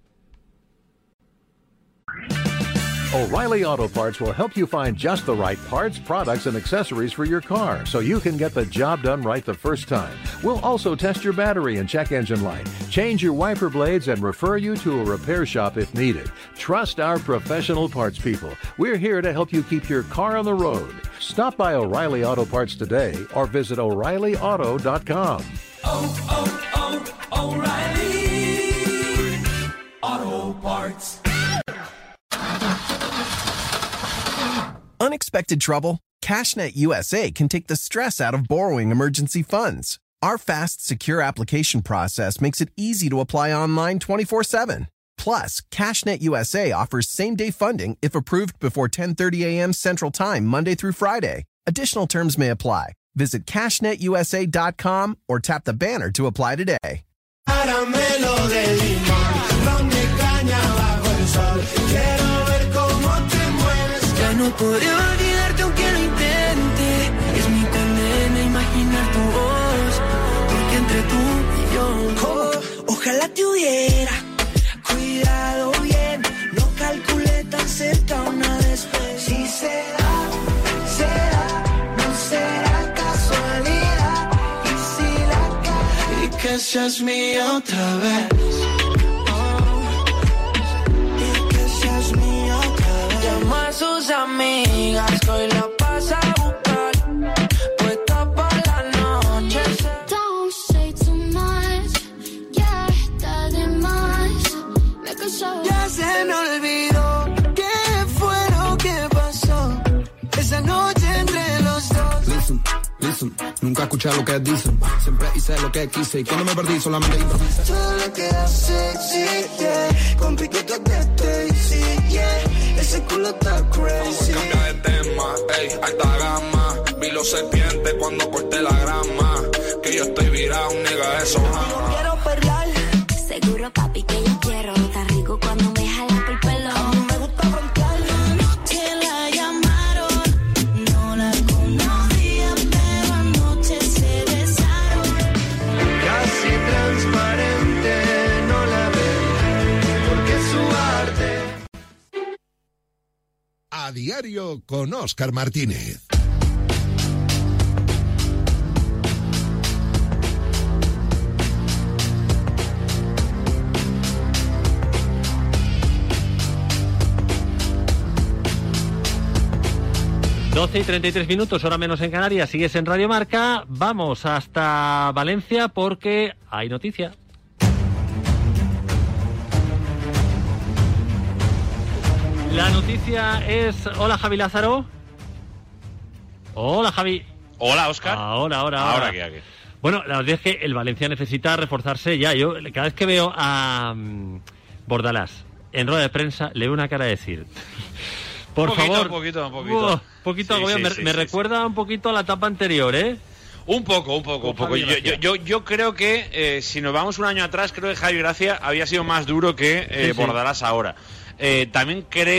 Speaker 11: O'Reilly Auto Parts will help you find just the right parts, products, and accessories for your car so you can get the job done right the first time. We'll also test your battery and check engine light, change your wiper blades, and refer you to a repair shop if needed. Trust our professional parts people. We're here to help you keep your car on the road. Stop by O'Reilly Auto Parts today or visit O'Reilly Auto dot com.
Speaker 30: Oh, oh, oh, O'Reilly Auto Parts.
Speaker 12: Unexpected trouble? CashNet U S A can take the stress out of borrowing emergency funds. Our fast, secure application process makes it easy to apply online twenty-four seven. Plus, CashNet U S A offers same-day funding if approved before ten thirty a.m. Central Time, Monday through Friday. Additional terms may apply. Visit cashnet u s a dot com or tap the banner to apply today.
Speaker 30: Caramelo de limón, ron de caña bajo el sol. Quiero ver cómo te mueves. Ya no podré olvidarte aunque lo intente. Es mi condena imaginar tu voz, porque entre tú y yo, oh, ojalá te hubiera cuidado bien. No calculé tan cerca una vez. Si será, será, no será casualidad. Y si la cae, y que seas mía otra vez. Llama a sus amigas que hoy la pasa a buscar, puesta para la noche.
Speaker 14: Don't say too much, ya está de más. Me cansó.
Speaker 30: Ya se me olvidó qué fue lo que pasó esa noche entre los dos.
Speaker 15: Listen, listen, nunca escuché lo que dicen. Siempre hice lo que quise y cuando me perdí solamente improvisé.
Speaker 30: Todo lo que hace existe, con piquetes de Stacy, yeah. Ese culo está crazy.
Speaker 16: Cambia de tema, ey, alta gama. Vi los serpientes cuando corté la grama. Que yo estoy virado, nigga, eso
Speaker 14: No quiero perlar. Seguro, papi, que yo quiero. Está rico cuando me jalan por el pelo.
Speaker 30: A mí me gusta roncar.
Speaker 14: Anoche la llamaron, no la conocía, pero anoche se besaron.
Speaker 30: Casi transparente, no la ven, porque es su arte.
Speaker 17: A diario con Óscar Martínez.
Speaker 2: doce y treinta y tres minutos, hora menos en Canarias, sigues en Radio Marca. Vamos hasta Valencia porque hay noticia. La noticia es... Hola, Javi Lázaro. Hola, Javi.
Speaker 18: Hola, Óscar.
Speaker 2: Ahora, ahora, ahora.
Speaker 18: Ahora, ¿qué, qué?
Speaker 2: Bueno, la verdad es que el Valencia necesita reforzarse ya. Yo cada vez que veo a um, Bordalás en rueda de prensa, le veo una cara de decir... Por
Speaker 18: un poquito,
Speaker 2: favor.
Speaker 18: Un poquito, un poquito.
Speaker 2: Uh, poquito
Speaker 18: sí,
Speaker 2: agobiado.
Speaker 18: sí,
Speaker 2: me
Speaker 18: sí,
Speaker 2: me
Speaker 18: sí,
Speaker 2: recuerda
Speaker 18: sí.
Speaker 2: un poquito a la etapa anterior, ¿eh?
Speaker 18: Un poco, un poco, un poco. Yo, yo, yo, yo creo que eh, si nos vamos un año atrás, creo que Javi Gracia había sido más duro que eh,
Speaker 2: sí, sí.
Speaker 18: Bordalás ahora. Eh, también creo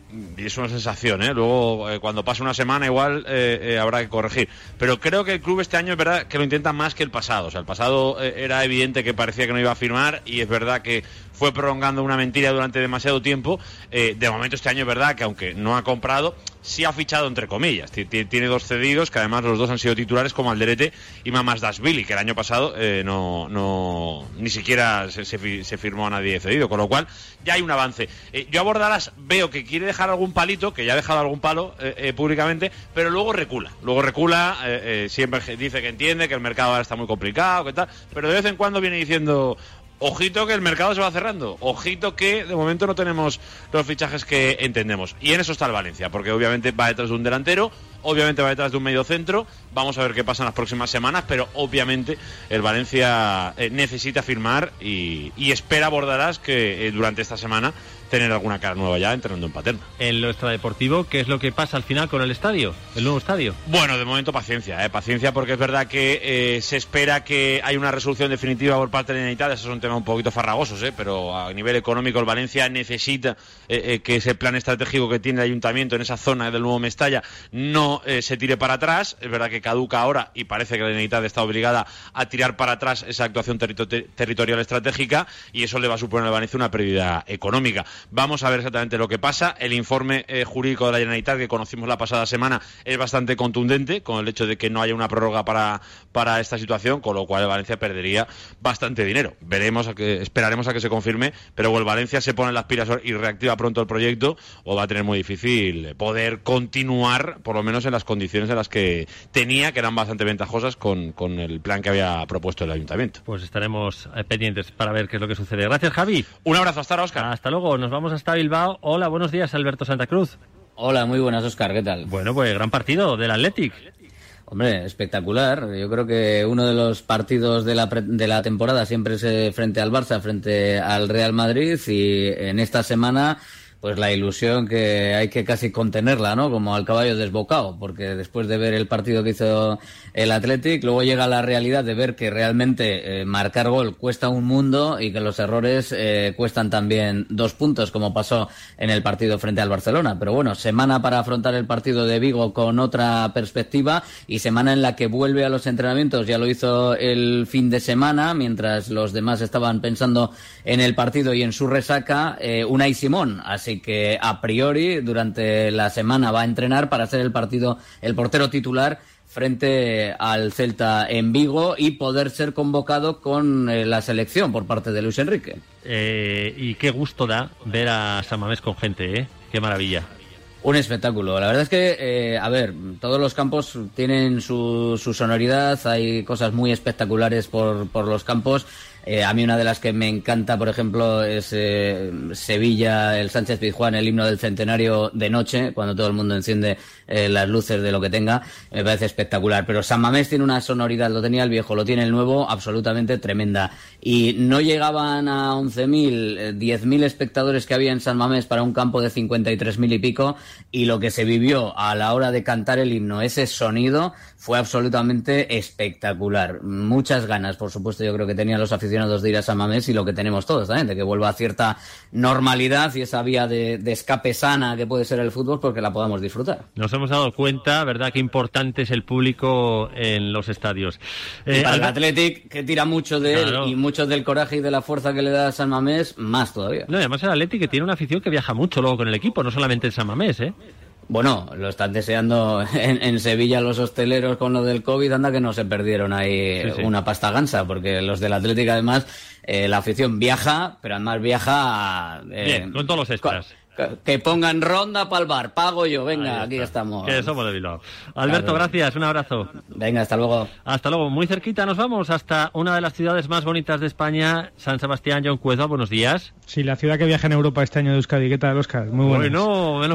Speaker 18: y es una sensación, ¿eh? Luego, eh, cuando pase una semana, igual eh, eh, habrá que corregir. Pero creo que el club este año es verdad que lo intenta más que el pasado. O sea, el pasado eh, era evidente que parecía que no iba a firmar, y es verdad que fue prolongando una mentira durante demasiado tiempo. Eh, de momento este año es verdad que aunque no ha comprado, sí ha fichado entre comillas. Tiene dos cedidos, que además los dos han sido titulares, como Alderete y Mamasdashvili, que el año pasado eh, no, no ni siquiera se, se, se firmó a nadie cedido, con lo cual ya hay un avance. Eh, yo a Bordalas veo que quiere dejar algún palito, que ya ha dejado algún palo eh, eh, públicamente, pero luego recula. Luego recula, eh, eh, siempre dice que entiende que el mercado ahora está muy complicado, que tal, pero de vez en cuando viene diciendo: ojito que el mercado se va cerrando, ojito que de momento no tenemos los fichajes que entendemos. Y en eso está el Valencia, porque obviamente va detrás de un delantero, obviamente va detrás de un medio centro. Vamos a ver qué pasa en las próximas semanas, pero obviamente el Valencia eh, necesita firmar y, y espera Bordarás que eh, durante esta semana tener alguna cara nueva ya entrenando en Paterna.
Speaker 2: En lo extradeportivo, ¿qué es lo que pasa al final con el estadio, el nuevo estadio?
Speaker 18: Bueno, de momento paciencia, ¿eh? paciencia, porque es verdad que eh, se espera que haya una resolución definitiva por parte de la Generalitat. Eso es un tema un poquito farragosos, ¿eh? Pero a nivel económico el Valencia necesita eh, eh, que ese plan estratégico que tiene el Ayuntamiento en esa zona del nuevo Mestalla no eh, se tire para atrás. Es verdad que caduca ahora y parece que la Generalitat está obligada a tirar para atrás esa actuación terri- territorial estratégica, y eso le va a suponer al Valencia una pérdida económica. Vamos a ver exactamente lo que pasa. El informe eh, jurídico de la Generalitat que conocimos la pasada semana es bastante contundente con el hecho de que no haya una prórroga para, para esta situación, con lo cual el Valencia perdería bastante dinero. Veremos, a que, esperaremos a que se confirme, pero o el Valencia se pone las pilas y reactiva pronto el proyecto, o va a tener muy difícil poder continuar, por lo menos en las condiciones en las que tenía, que eran bastante ventajosas con, con el plan que había propuesto el Ayuntamiento.
Speaker 2: Pues estaremos eh, pendientes para ver qué es lo que sucede. Gracias, Javi.
Speaker 18: Un abrazo, hasta ahora, Óscar.
Speaker 2: Hasta luego, nos vamos hasta Bilbao. Hola, buenos días, Alberto Santa Cruz.
Speaker 1: Hola, muy buenas, Óscar, ¿qué tal?
Speaker 2: Bueno, pues gran partido del Athletic.
Speaker 1: Hombre, espectacular. Yo creo que uno de los partidos de la, pre- de la temporada siempre es frente al Barça, frente al Real Madrid, y en esta semana pues la ilusión que hay que casi contenerla, ¿no? Como al caballo desbocado, porque después de ver el partido que hizo el Athletic, luego llega la realidad de ver que realmente eh, marcar gol cuesta un mundo y que los errores eh, cuestan también dos puntos, como pasó en el partido frente al Barcelona. Pero bueno, semana para afrontar el partido de Vigo con otra perspectiva, y semana en la que vuelve a los entrenamientos. Ya lo hizo el fin de semana, mientras los demás estaban pensando en el partido y en su resaca, eh, Unai Simón. Así Así que a priori durante la semana va a entrenar para ser el partido, el portero titular frente al Celta en Vigo, y poder ser convocado con eh, la selección por parte de Luis Enrique.
Speaker 2: Eh, y qué gusto da ver a San Mamés con gente, ¿eh? Qué maravilla.
Speaker 1: Un espectáculo. La verdad es que, eh, a ver, todos los campos tienen su, su sonoridad, hay cosas muy espectaculares por, por los campos. Eh, a mí una de las que me encanta, por ejemplo, es eh, Sevilla, el Sánchez Pizjuán, el himno del centenario de noche, cuando todo el mundo enciende eh, las luces de lo que tenga. Me parece espectacular. Pero San Mamés tiene una sonoridad, lo tenía el viejo, lo tiene el nuevo, absolutamente tremenda. Y no llegaban a once mil, diez mil espectadores que había en San Mamés para un campo de cincuenta y tres mil y pico, y lo que se vivió a la hora de cantar el himno, ese sonido, fue absolutamente espectacular. Muchas ganas, por supuesto, yo creo que tenían los aficionados de ir a San Mamés, y lo que tenemos todos también, de que vuelva a cierta normalidad y esa vía de, de escape sana que puede ser el fútbol, porque la podamos disfrutar.
Speaker 2: Nos hemos dado cuenta, ¿verdad?, qué importante es el público en los estadios.
Speaker 1: Eh, y para el Athletic, que tira mucho de claro. él y mucho del coraje y de la fuerza que le da a San Mamés, más todavía.
Speaker 2: No, además el Athletic que tiene una afición que viaja mucho luego con el equipo, no solamente en San Mamés, ¿eh?
Speaker 1: Bueno, lo están deseando en, en Sevilla los hosteleros con lo del COVID, anda que no se perdieron ahí sí, sí. una pasta gansa, porque los del Atlético además, eh, la afición viaja, pero además viaja...
Speaker 2: Eh, Bien, con todos los extras.
Speaker 1: Con, que pongan ronda para el bar, pago yo, venga, aquí estamos.
Speaker 2: Que somos de Bilbao. Alberto, claro. Gracias, un abrazo.
Speaker 1: Venga, hasta luego.
Speaker 2: Hasta luego, muy cerquita nos vamos hasta una de las ciudades más bonitas de España, San Sebastián. John Cuezo, buenos días.
Speaker 3: Sí, la ciudad que viaja en Europa este año de Euskadi. ¿Qué tal, Óscar? Muy buenas.
Speaker 2: Bueno, bueno,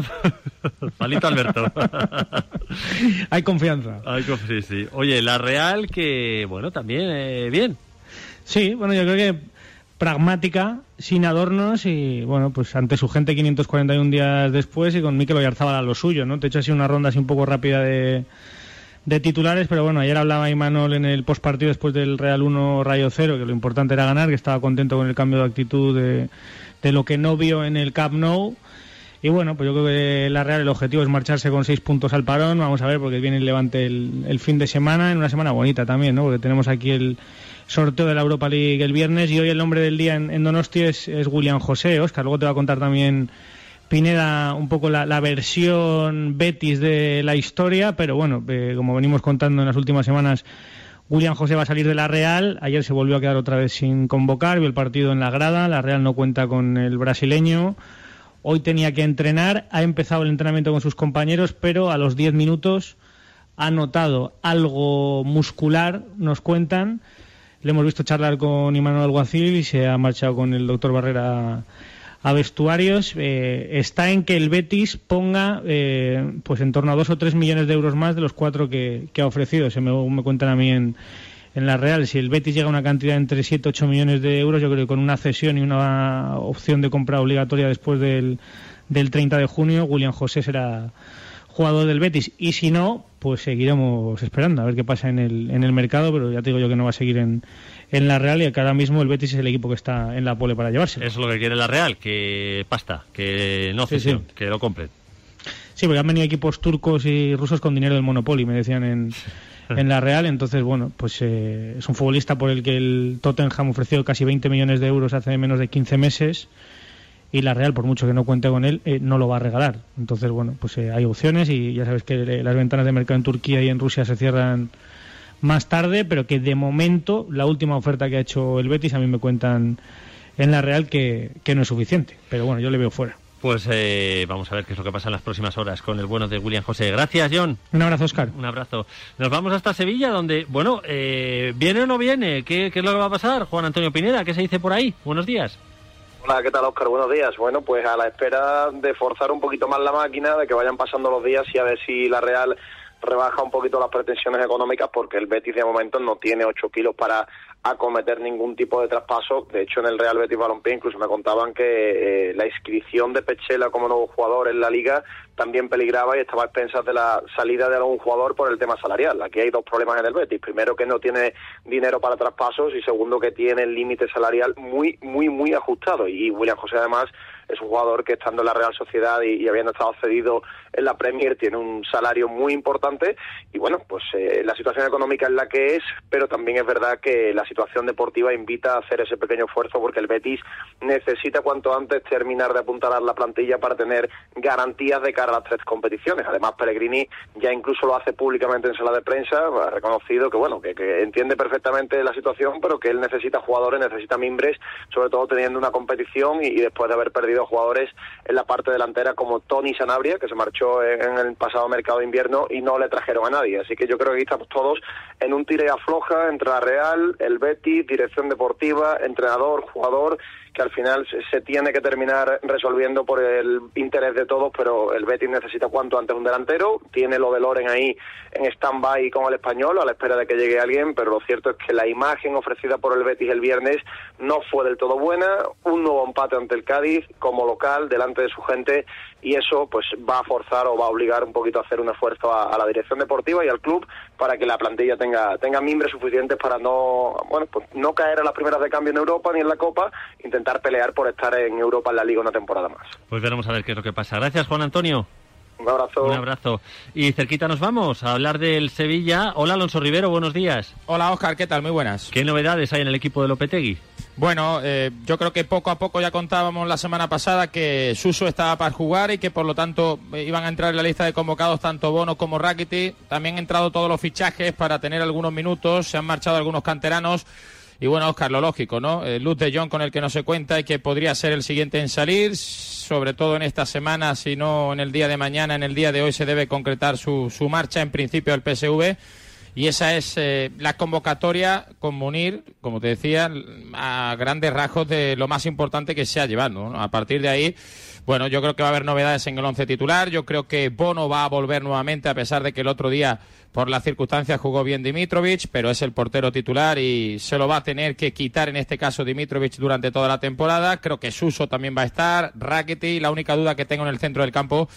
Speaker 2: palito Alberto.
Speaker 3: Hay confianza.
Speaker 2: Hay conf- sí, sí. Oye, la Real que, bueno, también, eh, bien.
Speaker 3: Sí, bueno, yo creo que pragmática, sin adornos, y bueno, pues ante su gente quinientos cuarenta y uno días después, y con Mikel Oyarzabal a lo suyo, ¿no? Te he hecho así una ronda así un poco rápida de, de titulares, pero bueno, ayer hablaba Imanol en el postpartido después del Real uno Rayo cero, que lo importante era ganar, que estaba contento con el cambio de actitud de, de lo que no vio en el Camp Nou. Y bueno, pues yo creo que la Real, el objetivo es marcharse con seis puntos al parón. Vamos a ver, porque viene el Levante el, el fin de semana, en una semana bonita también, ¿no? Porque tenemos aquí el sorteo de la Europa League el viernes, y hoy el nombre del día en, en Donosti es, es William José. Óscar, luego te va a contar también Pineda un poco la, la versión Betis de la historia, pero bueno, eh, como venimos contando en las últimas semanas, William José va a salir de la Real. Ayer se volvió a quedar otra vez sin convocar, vio el partido en la grada. La Real no cuenta con el brasileño. Hoy tenía que entrenar, ha empezado el entrenamiento con sus compañeros, pero a los diez minutos ha notado algo muscular, nos cuentan. Le hemos visto charlar con Imanol Alguacil y se ha marchado con el doctor Barrera a vestuarios. Eh, está en que el Betis ponga eh, pues en torno a dos o tres millones de euros más de los cuatro que, que ha ofrecido. Se me, me cuentan a mí en... En la Real, si el Betis llega a una cantidad entre siete y ocho millones de euros, yo creo que con una cesión y una opción de compra obligatoria después del, del treinta de junio, William José será jugador del Betis. Y si no, pues seguiremos esperando a ver qué pasa en el, en el mercado, pero ya te digo yo que no va a seguir en, en la Real, y que ahora mismo el Betis es el equipo que está en la pole para llevárselo.
Speaker 2: Eso es lo que quiere la Real, que pasta, que no cesión, sí, sí. que lo compren.
Speaker 3: Sí, porque han venido equipos turcos y rusos con dinero del Monopoly, me decían en... en la Real. Entonces, bueno, pues eh, es un futbolista por el que el Tottenham ofreció casi veinte millones de euros hace menos de quince meses, y la Real, por mucho que no cuente con él, eh, no lo va a regalar. Entonces, bueno, pues eh, hay opciones, y ya sabes que eh, las ventanas de mercado en Turquía y en Rusia se cierran más tarde, pero que de momento la última oferta que ha hecho el Betis, a mí me cuentan en la Real que, que no es suficiente, pero bueno, yo le veo fuera.
Speaker 2: Pues eh, vamos a ver qué es lo que pasa en las próximas horas con el bueno de William José. Gracias, John.
Speaker 3: Un abrazo, Óscar.
Speaker 2: Un abrazo. Nos vamos hasta Sevilla, donde, bueno, eh, ¿viene o no viene? ¿Qué, ¿Qué es lo que va a pasar? Juan Antonio Pineda, ¿qué se dice por ahí? Buenos días.
Speaker 4: Hola, ¿qué tal, Óscar? Buenos días. Bueno, pues a la espera de forzar un poquito más la máquina, de que vayan pasando los días y a ver si la Real rebaja un poquito las pretensiones económicas, porque el Betis de momento no tiene ocho kilos para acometer ningún tipo de traspaso. De hecho, en el Real Betis Balompié incluso me contaban que eh, la inscripción de Pechela como nuevo jugador en la Liga también peligraba y estaba a expensas de la salida de algún jugador por el tema salarial. Aquí hay dos problemas en el Betis. Primero, que no tiene dinero para traspasos, y segundo, que tiene el límite salarial muy, muy, muy ajustado. Y William José, además, es un jugador que, estando en la Real Sociedad y, y habiendo estado cedido en la Premier, tiene un salario muy importante. Y bueno, pues eh, la situación económica es la que es, pero también es verdad que la situación deportiva invita a hacer ese pequeño esfuerzo, porque el Betis necesita cuanto antes terminar de apuntalar la plantilla para tener garantías de cara a las tres competiciones. Además, Pellegrini ya incluso lo hace públicamente en sala de prensa, ha reconocido que bueno, que, que entiende perfectamente la situación, pero que él necesita jugadores, necesita mimbres, sobre todo teniendo una competición, y, y después de haber perdido jugadores en la parte delantera como Tony Sanabria, que se marchó en, en el pasado mercado de invierno y no le trajeron a nadie. Así que yo creo que aquí estamos todos en un tire y afloja entre la Real, el Betis, dirección deportiva, entrenador, jugador, que al final se, se tiene que terminar resolviendo por el interés de todos, pero el Betis necesita cuanto antes un delantero. Tiene lo de Loren ahí en stand-by con el Español, a la espera de que llegue alguien, pero lo cierto es que la imagen ofrecida por el Betis el viernes no fue del todo buena. Un nuevo empate ante el Cádiz como local, delante de su gente, y eso pues va a forzar o va a obligar un poquito a hacer un esfuerzo a, a la dirección deportiva y al club para que la plantilla tenga tenga mimbres suficientes para no bueno pues no caer a las primeras de cambio en Europa ni en la Copa, intentar pelear por estar en Europa en la Liga una temporada más.
Speaker 2: Pues veremos a ver qué es lo que pasa. Gracias, Juan Antonio.
Speaker 4: Un abrazo.
Speaker 2: Un abrazo. Y cerquita nos vamos a hablar del Sevilla. Hola, Alonso Rivero, buenos días.
Speaker 5: Hola, Óscar, ¿qué tal? Muy buenas.
Speaker 2: ¿Qué novedades hay en el equipo de Lopetegui?
Speaker 5: Bueno, eh, yo creo que poco a poco ya contábamos la semana pasada que Suso estaba para jugar y que por lo tanto iban a entrar en la lista de convocados tanto Bono como Rakitic. También han entrado todos los fichajes para tener algunos minutos, se han marchado algunos canteranos. Y bueno, Óscar, lo lógico, ¿no? Eh, Luz de Jong, con el que no se cuenta y que podría ser el siguiente en salir, sobre todo en esta semana, si no en el día de mañana, en el día de hoy se debe concretar su, su marcha en principio al P S V. Y esa es eh, la convocatoria con Munir, como te decía, a grandes rasgos de lo más importante que se ha llevado, ¿no? A partir de ahí, bueno, yo creo que va a haber novedades en el once titular. Yo creo que Bono va a volver nuevamente, a pesar de que el otro día, por las circunstancias, jugó bien Dimitrovic, pero es el portero titular y se lo va a tener que quitar, en este caso, Dimitrovic durante toda la temporada. Creo que Suso también va a estar, Rakitic. La única duda que tengo en el centro del campo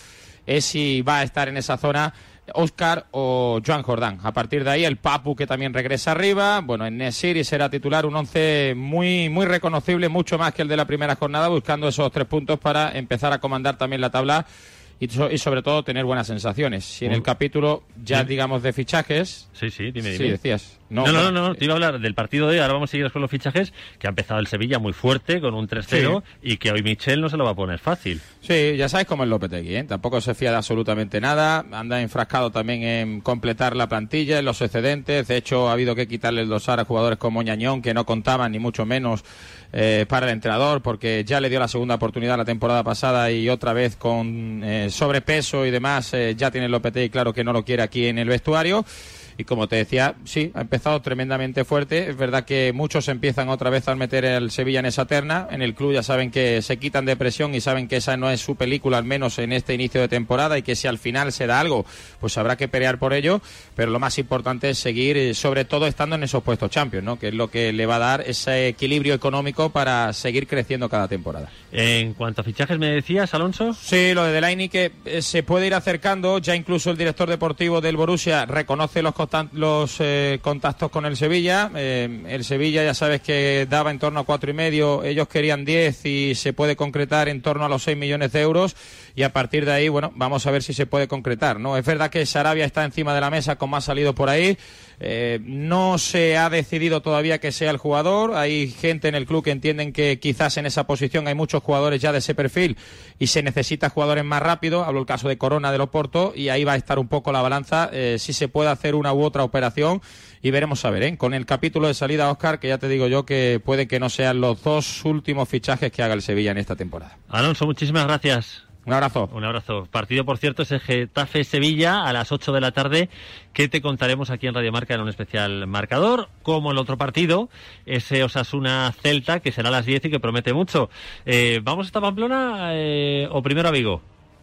Speaker 5: es si va a estar en esa zona Óscar o Joan Jordán. A partir de ahí el Papu, que también regresa arriba. Bueno, en Nesiri será titular, un once muy muy reconocible, mucho más que el de la primera jornada, buscando esos tres puntos para empezar a comandar también la tabla y, so, y sobre todo tener buenas sensaciones. Si en el capítulo ya digamos de fichajes...
Speaker 2: Sí, sí, dime, dime.
Speaker 5: Sí, decías.
Speaker 2: No, no, no, no, no, te iba a hablar del partido de hoy. Ahora vamos a seguir con los fichajes, que ha empezado el Sevilla muy fuerte con un tres cero, sí, y que hoy Michel no se lo va a poner fácil.
Speaker 5: Sí, ya sabes cómo es Lopetegui, ¿eh? Tampoco se fía de absolutamente nada. Anda enfrascado también en completar la plantilla, en los excedentes. De hecho, ha habido que quitarle el dosar a jugadores como Ñañón, que no contaban ni mucho menos eh, para el entrenador, porque ya le dio la segunda oportunidad la temporada pasada y otra vez con eh, sobrepeso y demás, eh, ya tiene Lopetegui claro que no lo quiere aquí en el vestuario. Y como te decía, sí, ha empezado tremendamente fuerte. Es verdad que muchos empiezan otra vez a meter el Sevilla en esa terna. En el club ya saben que se quitan de presión y saben que esa no es su película, al menos en este inicio de temporada, y que si al final se da algo, pues habrá que pelear por ello. Pero lo más importante es seguir, sobre todo estando en esos puestos Champions, ¿no? Que es lo que le va a dar ese equilibrio económico para seguir creciendo cada temporada.
Speaker 2: En cuanto a fichajes, ¿me decías, Alonso?
Speaker 5: Sí, lo de Delaney, que eh, se puede ir acercando. Ya incluso el director deportivo del Borussia reconoce los los eh, contactos con el Sevilla. Eh, el Sevilla ya sabes que daba en torno a cuatro y medio, ellos querían diez y se puede concretar en torno a los seis millones de euros, y a partir de ahí, bueno, vamos a ver si se puede concretar, ¿no? Es verdad que Sarabia está encima de la mesa, como ha salido por ahí. Eh, no se ha decidido todavía que sea el jugador. Hay gente en el club que entienden que quizás en esa posición hay muchos jugadores ya de ese perfil y se necesita jugadores más rápidos. Hablo el caso de Corona del Oporto, y ahí va a estar un poco la balanza, eh, si se puede hacer una u otra operación, y veremos a ver, ¿eh? Con el capítulo de salida, Óscar, que ya te digo yo que puede que no sean los dos últimos fichajes que haga el Sevilla en esta temporada.
Speaker 2: Alonso, muchísimas gracias.
Speaker 5: Un abrazo.
Speaker 2: Un abrazo. Partido, por cierto, es el Getafe-Sevilla a las ocho de la tarde, que te contaremos aquí en Radio Marca en un especial marcador, como el otro partido, ese Osasuna-Celta, que será a las diez y que promete mucho. Eh, ¿Vamos hasta Pamplona eh, o primero a Vigo?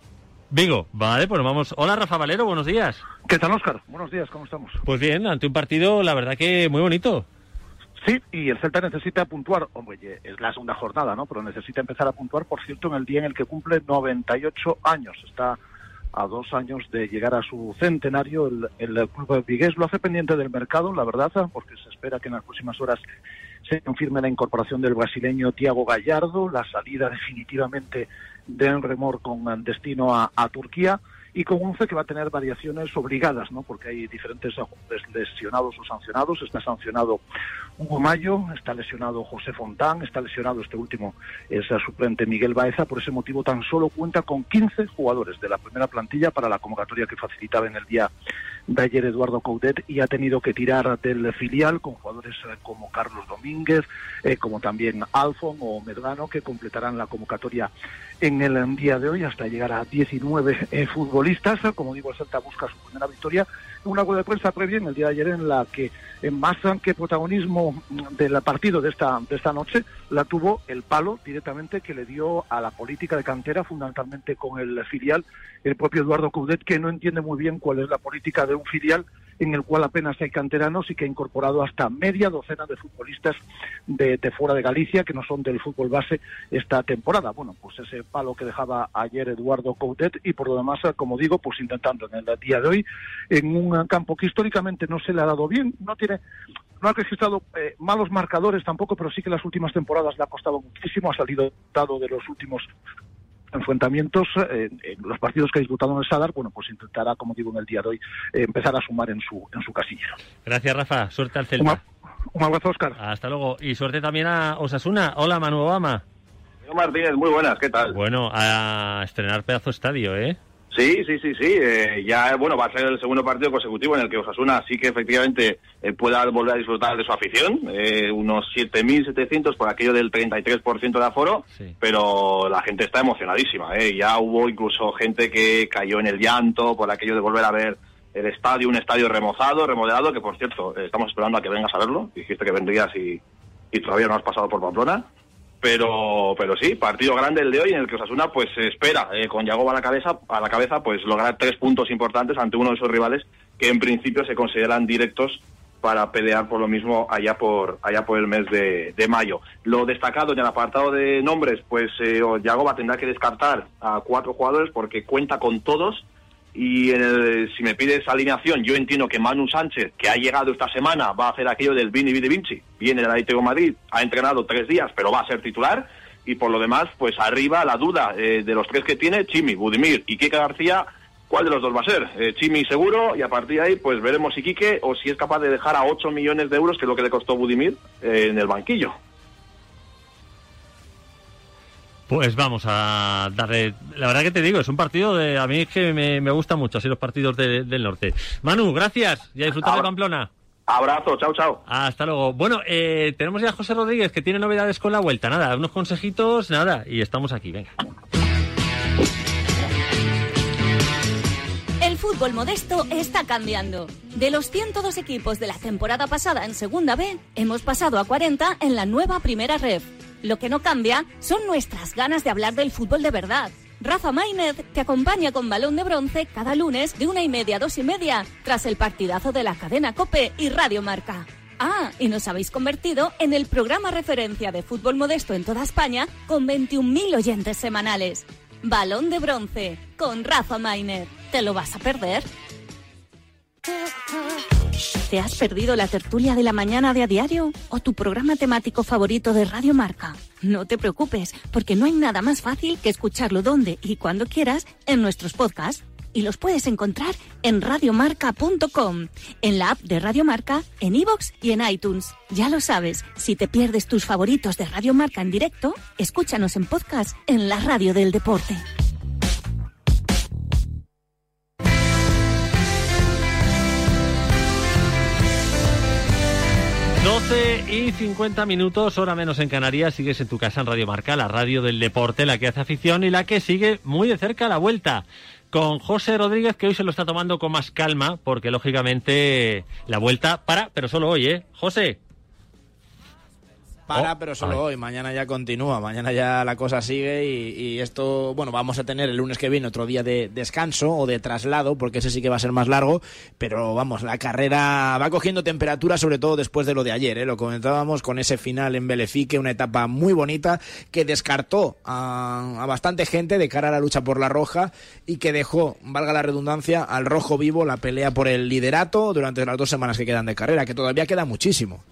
Speaker 2: Vigo, vale, pues vamos. Hola, Rafa Valero, buenos días.
Speaker 6: ¿Qué tal, Óscar? Buenos días, ¿cómo estamos?
Speaker 2: Pues bien, ante un partido, la verdad que muy bonito.
Speaker 6: Sí, y el Celta necesita puntuar, hombre, es la segunda jornada, ¿no? Pero necesita empezar a puntuar, por cierto, en el día en el que cumple noventa y ocho años. Está a dos años de llegar a su centenario. El, el club vigués lo hace pendiente del mercado, la verdad, porque se espera que en las próximas horas se confirme la incorporación del brasileño Thiago Gallardo, la salida definitivamente de Enremor con destino a, a Turquía, y con once que va a tener variaciones obligadas, ¿no? Porque hay diferentes lesionados o sancionados. Está sancionado Hugo Mayo, está lesionado José Fontán, está lesionado este último, es el suplente Miguel Baeza. Por ese motivo tan solo cuenta con quince jugadores de la primera plantilla para la convocatoria que facilitaba en el día de ayer Eduardo Coudet, y ha tenido que tirar del filial con jugadores eh, como Carlos Domínguez, eh, como también Alfon o Medrano, que completarán la convocatoria en el día de hoy hasta llegar a diecinueve eh, futbolistas. Como digo, el Celta busca su primera victoria. Una rueda de prensa previa en el día de ayer en la que eh, más que protagonismo del partido de esta de esta noche la tuvo el palo directamente que le dio a la política de cantera, fundamentalmente con el filial, el propio Eduardo Coudet, que no entiende muy bien cuál es la política de un filial en el cual apenas hay canteranos y que ha incorporado hasta media docena de futbolistas de, de fuera de Galicia, que no son del fútbol base esta temporada. Bueno, pues ese palo que dejaba ayer Eduardo Coudet, y por lo demás, como digo, pues intentando en el día de hoy, en un campo que históricamente no se le ha dado bien, no tiene, no ha registrado eh, malos marcadores tampoco, pero sí que las últimas temporadas le ha costado muchísimo, ha salido dado de los últimos enfrentamientos, eh, en los partidos que ha disputado en el Sadar. Bueno, pues intentará, como digo, en el día de hoy, eh, empezar a sumar en su en su casillero.
Speaker 2: Gracias, Rafa. Suerte al Celta.
Speaker 6: Un, un abrazo, Óscar.
Speaker 2: Hasta luego. Y suerte también a Osasuna. Hola, Manu Obama.
Speaker 7: Señor Martínez, muy buenas, ¿qué tal?
Speaker 2: Bueno, a estrenar pedazo estadio, ¿eh?
Speaker 7: Sí, sí, sí, sí. Eh, ya, bueno, va a ser el segundo partido consecutivo en el que Osasuna sí que efectivamente eh, pueda volver a disfrutar de su afición. Eh, unos siete mil setecientos por aquello del treinta y tres por ciento de aforo, sí. Pero la gente está emocionadísima. Eh. Ya hubo incluso gente que cayó en el llanto por aquello de volver a ver el estadio, un estadio remozado, remodelado, que por cierto, eh, estamos esperando a que vengas a verlo. Dijiste que vendrías y, y todavía no has pasado por Pamplona. Pero pero sí, partido grande el de hoy en el que Osasuna pues se espera, eh, con Yagoba a la cabeza, a la cabeza, pues lograr tres puntos importantes ante uno de esos rivales que en principio se consideran directos para pelear por lo mismo allá por allá por el mes de, de mayo. Lo destacado en el apartado de nombres, pues eh, Yagoba tendrá que descartar a cuatro jugadores porque cuenta con todos, y en el, si me pides alineación, yo entiendo que Manu Sánchez, que ha llegado esta semana, va a hacer aquello del Vini Vidi Vinci, viene del Atlético de Madrid, ha entrenado tres días, pero va a ser titular, y por lo demás, pues arriba la duda eh, de los tres que tiene, Chimi, Budimir y Quique García. ¿Cuál de los dos va a ser? Eh, Chimi seguro, y a partir de ahí pues veremos si Quique o si es capaz de dejar a ocho millones de euros, que es lo que le costó Budimir, eh, en el banquillo.
Speaker 2: Pues vamos a darle... La verdad que te digo, es un partido de... A mí es que me, me gustan mucho así los partidos de, del norte. Manu, gracias y a disfrutar Abra- de Pamplona.
Speaker 7: Abrazo, chao, chao.
Speaker 2: Hasta luego. Bueno, eh, tenemos ya a José Rodríguez, que tiene novedades con la vuelta. Nada, unos consejitos, nada, y estamos aquí, venga.
Speaker 29: El fútbol modesto está cambiando. De los ciento dos equipos de la temporada pasada en Segunda B, hemos pasado a cuarenta en la nueva Primera Ref. Lo que no cambia son nuestras ganas de hablar del fútbol de verdad. Rafa Maínez te acompaña con Balón de Bronce cada lunes de una y media a dos y media, tras el partidazo de la cadena COPE y Radio Marca. Ah, y nos habéis convertido en el programa referencia de fútbol modesto en toda España, con veintiún mil oyentes semanales. Balón de Bronce, con Rafa Maínez. ¿Te lo vas a perder? ¿Te has perdido la tertulia de la mañana de A Diario o tu programa temático favorito de Radio Marca? No te preocupes, porque no hay nada más fácil que escucharlo donde y cuando quieras en nuestros podcasts. Y los puedes encontrar en radiomarca punto com, en la app de Radio Marca, en iVoox y en iTunes. Ya lo sabes, si te pierdes tus favoritos de Radio Marca en directo, escúchanos en podcast en la radio del deporte.
Speaker 2: doce y cincuenta minutos, hora menos en Canarias. Sigues en tu casa en Radio Marca, la radio del deporte, la que hace afición y la que sigue muy de cerca la vuelta. Con José Rodríguez, que hoy se lo está tomando con más calma, porque lógicamente la vuelta para, pero solo hoy, ¿eh? José.
Speaker 8: Para,
Speaker 2: oh,
Speaker 8: pero solo hoy. Mañana ya continúa. Mañana ya la cosa sigue y, y esto, bueno, vamos a tener el lunes que viene otro día de descanso o de traslado, porque ese sí que va a ser más largo, pero vamos, la carrera va cogiendo temperatura, sobre todo después de lo de ayer, ¿eh? Lo comentábamos con ese final en Belefique, una etapa muy bonita que descartó a, a bastante gente de cara a la lucha por la roja y que dejó, valga la redundancia, al rojo vivo la pelea por el liderato durante las dos semanas que quedan de carrera, que todavía queda muchísimo.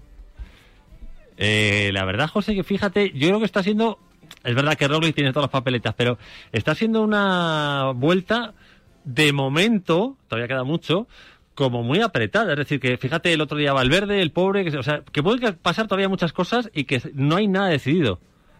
Speaker 2: Eh, la verdad, José, que fíjate, yo creo que está siendo, es verdad que Roglic tiene todas las papeletas, pero está siendo una vuelta, de momento, todavía queda mucho, como muy apretada. Es decir, que fíjate, el otro día Valverde, el pobre, que, o sea, que puede pasar todavía muchas cosas y que no hay nada decidido.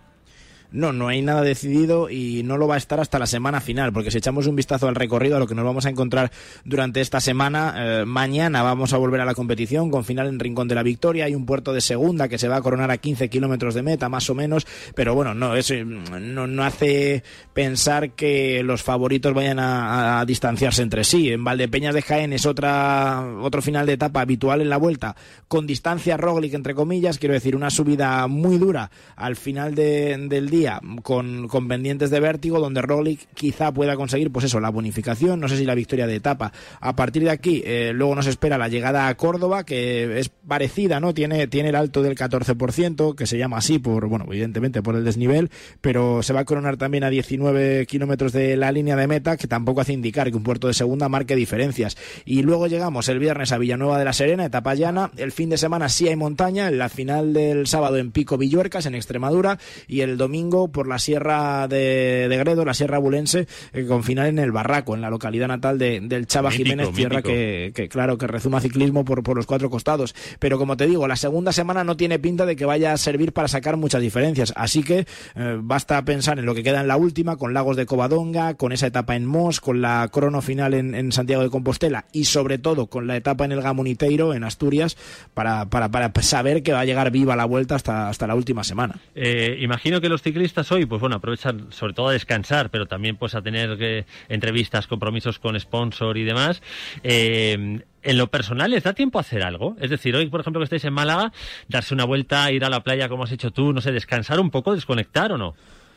Speaker 8: No, no hay nada decidido y no lo va a estar hasta la semana final, porque si echamos un vistazo al recorrido, a lo que nos vamos a encontrar durante esta semana, eh, mañana vamos a volver a la competición con final en Rincón de la Victoria. Hay un puerto de segunda que se va a coronar a quince kilómetros de meta, más o menos, pero bueno, no, es, no, no hace pensar que los favoritos vayan a, a distanciarse entre sí. En Valdepeñas de Jaén es otra otro final de etapa habitual en la vuelta, con distancia Roglic, entre comillas, quiero decir, una subida muy dura al final de, del día, Con, con pendientes de vértigo, donde Roglic quizá pueda conseguir, pues eso, la bonificación, no sé si la victoria de etapa. A partir de aquí, eh, luego nos espera la llegada a Córdoba, que es parecida, ¿no? Tiene, tiene el alto del catorce por ciento, que se llama así por, bueno, evidentemente por el desnivel, pero se va a coronar también a diecinueve kilómetros de la línea de meta, que tampoco hace indicar que un puerto de segunda marque diferencias. Y luego llegamos el viernes a Villanueva de la Serena, etapa llana. El fin de semana sí hay montaña, en la final del sábado en Pico Villuercas, en Extremadura, y el domingo por la Sierra de, de Gredo, la Sierra Bulense, eh, con final en el Barraco, en la localidad natal de, del Chava mítico, Jiménez, tierra que, que, claro, que rezuma ciclismo por, por los cuatro costados. Pero como te digo, la segunda semana no tiene pinta de que vaya a servir para sacar muchas diferencias, así que eh, basta pensar en lo que queda en la última, con Lagos de Covadonga, con esa etapa en Mos, con la crono final en, en Santiago de Compostela y sobre todo con la etapa en el Gamoniteiro, en Asturias, para, para, para saber que va a llegar viva la vuelta hasta, hasta la última semana.
Speaker 2: Eh, imagino que los ciclistas hoy, pues bueno, aprovechan sobre todo a descansar, pero también pues a tener eh, entrevistas, compromisos con sponsor y demás. Eh, en lo personal, ¿les da tiempo a hacer algo? Es decir, hoy, por ejemplo, que estáis en Málaga, darse una vuelta, ir a la playa como has hecho tú, no sé, descansar un poco, desconectar, ¿o no?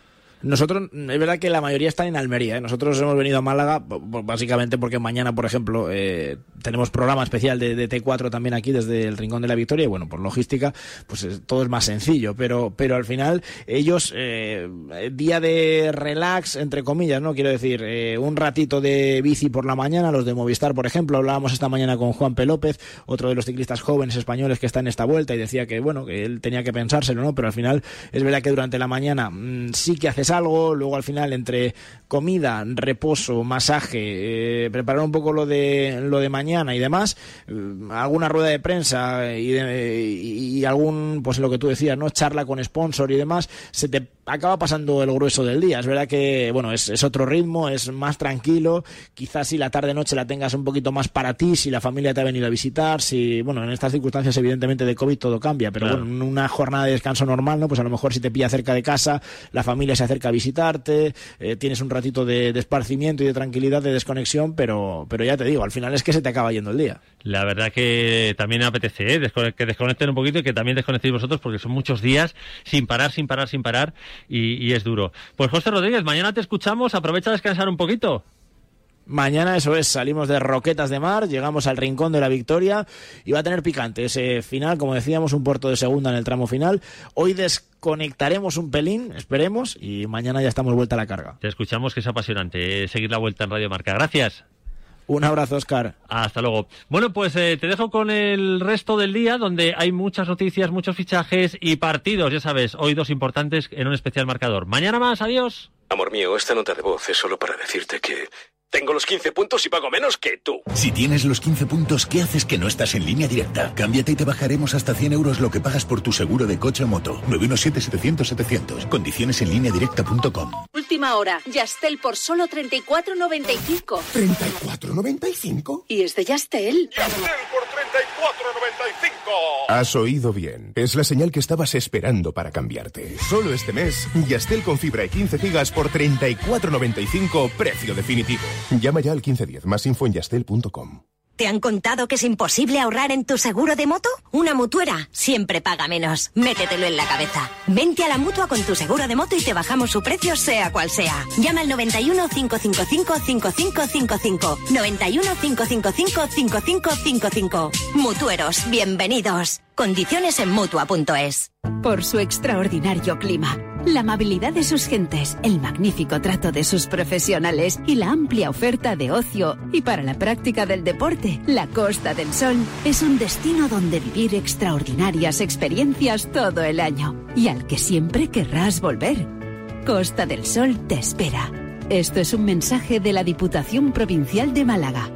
Speaker 8: Nosotros, es verdad que la mayoría están en Almería, ¿eh? Nosotros hemos venido a Málaga básicamente porque mañana, por ejemplo, eh, tenemos programa especial de, de T cuatro también aquí desde el Rincón de la Victoria y bueno, por logística, pues es, todo es más sencillo, pero, pero al final ellos, eh, día de relax, entre comillas, ¿no? Quiero decir, eh, un ratito de bici por la mañana, los de Movistar, por ejemplo, hablábamos esta mañana con Juan P. López, otro de los ciclistas jóvenes españoles que está en esta vuelta y decía que, bueno, que él tenía que pensárselo, ¿no? Pero al final es verdad que durante la mañana mmm, sí que haces algo, luego al final entre comida, reposo, masaje, eh, preparar un poco lo de lo de mañana y demás, eh, alguna rueda de prensa y, de, y, y algún, pues lo que tú decías, ¿no? Charla con sponsor y demás, se te acaba pasando el grueso del día. Es verdad que, bueno, es, es otro ritmo, es más tranquilo, quizás si la tarde-noche la tengas un poquito más para ti, si la familia te ha venido a visitar, si, bueno, en estas circunstancias evidentemente de COVID todo cambia, pero claro, bueno, en una jornada de descanso normal, ¿no? Pues a lo mejor si te pilla cerca de casa, la familia se acerca a visitarte, eh, tienes un ratito de, de esparcimiento y de tranquilidad, de desconexión, pero, pero ya te digo, al final es que se te acaba yendo el día.
Speaker 2: La verdad que también me apetece, ¿eh? Descone- que desconecten un poquito y que también desconectéis vosotros porque son muchos días sin parar, sin parar, sin parar y, y es duro. Pues José Rodríguez, mañana te escuchamos, aprovecha a descansar un poquito.
Speaker 8: Mañana, eso es, salimos de Roquetas de Mar, llegamos al Rincón de la Victoria y va a tener picante ese final, como decíamos, un puerto de segunda en el tramo final. Hoy desconectaremos un pelín, esperemos, y mañana ya estamos vuelta a la carga.
Speaker 2: Te escuchamos, que es apasionante, eh, seguir la vuelta en Radio Marca. Gracias.
Speaker 8: Un abrazo, Óscar.
Speaker 2: Hasta luego. Bueno, pues eh, te dejo con el resto del día, donde hay muchas noticias, muchos fichajes y partidos, ya sabes, hoy dos importantes en un especial marcador. Mañana más, adiós.
Speaker 13: Amor mío, esta nota de voz es solo para decirte que tengo los quince puntos y pago menos que tú.
Speaker 19: Si tienes los quince puntos, ¿qué haces que no estás en Línea Directa? Cámbiate y te bajaremos hasta cien euros lo que pagas por tu seguro de coche o moto. nueve uno siete, setecientos, setecientos. Condiciones en línea directa punto com.
Speaker 20: Última hora. Yastel por solo treinta y cuatro noventa y cinco.
Speaker 17: ¿treinta y cuatro noventa y cinco?
Speaker 20: Y es de Yastel.
Speaker 17: Yastel por treinta y cuatro noventa y cinco. Has oído bien. Es la señal que estabas esperando para cambiarte. Solo este mes, Yastel con fibra y quince gigas por treinta y cuatro noventa y cinco, precio definitivo. Llama ya al quince diez, más info en yastel punto com.
Speaker 29: ¿Te han contado que es imposible ahorrar en tu seguro de moto? Una Mutuera siempre paga menos. Métetelo en la cabeza. Vente a la Mutua con tu seguro de moto y te bajamos su precio sea cual sea. Llama al noventa y uno, cinco cinco cinco, cinco cinco cinco cinco. noventa y uno, cinco cinco cinco, cinco cinco cinco cinco. Mutueros, bienvenidos. Condiciones en Mutua punto es.
Speaker 21: Por su extraordinario clima, la amabilidad de sus gentes, el magnífico trato de sus profesionales y la amplia oferta de ocio y para la práctica del deporte, la Costa del Sol es un destino donde vivir extraordinarias experiencias todo el año y al que siempre querrás volver. Costa del Sol te espera. Esto es un mensaje de la Diputación Provincial de Málaga.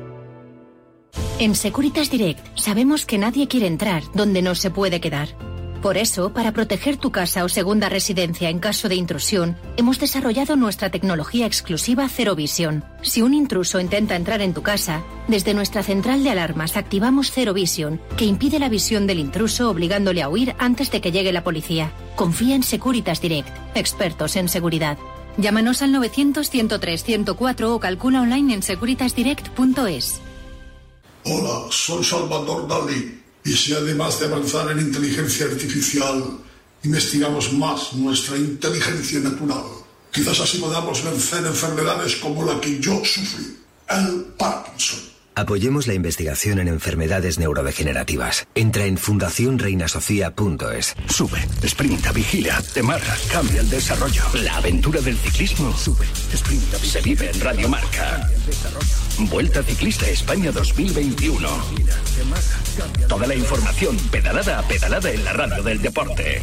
Speaker 22: En Securitas Direct sabemos que nadie quiere entrar donde no se puede quedar. Por eso, para proteger tu casa o segunda residencia en caso de intrusión, hemos desarrollado nuestra tecnología exclusiva Zero Vision. Si un intruso intenta entrar en tu casa, desde nuestra central de alarmas activamos Zero Vision, que impide la visión del intruso obligándole a huir antes de que llegue la policía. Confía en Securitas Direct, expertos en seguridad. Llámanos al novecientos, ciento tres, ciento cuatro o calcula online en securitas direct punto es.
Speaker 23: Hola, soy Salvador Dalí. Y si además de avanzar en inteligencia artificial, investigamos más nuestra inteligencia natural, quizás así podamos vencer enfermedades como la que yo sufrí, el Parkinson.
Speaker 24: Apoyemos la investigación en enfermedades neurodegenerativas. Entra en fundación reina sofía punto es.
Speaker 19: Sube, sprinta, vigila, te marca, cambia el desarrollo.
Speaker 9: La aventura del ciclismo.
Speaker 19: Sube, sprinta, vigila,
Speaker 9: se vive en Radio Marca. Vuelta Ciclista España dos mil veintiuno. Toda la información pedalada a pedalada en la radio del deporte.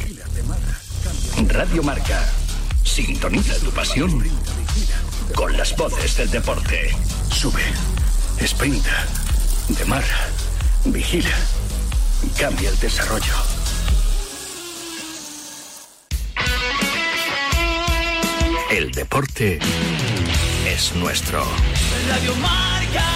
Speaker 9: Radio Marca. Sintoniza tu pasión con las voces del deporte.
Speaker 19: Sube, sprinta, demarra, vigila, cambia el desarrollo.
Speaker 9: El deporte es nuestro.
Speaker 30: Radio Marca.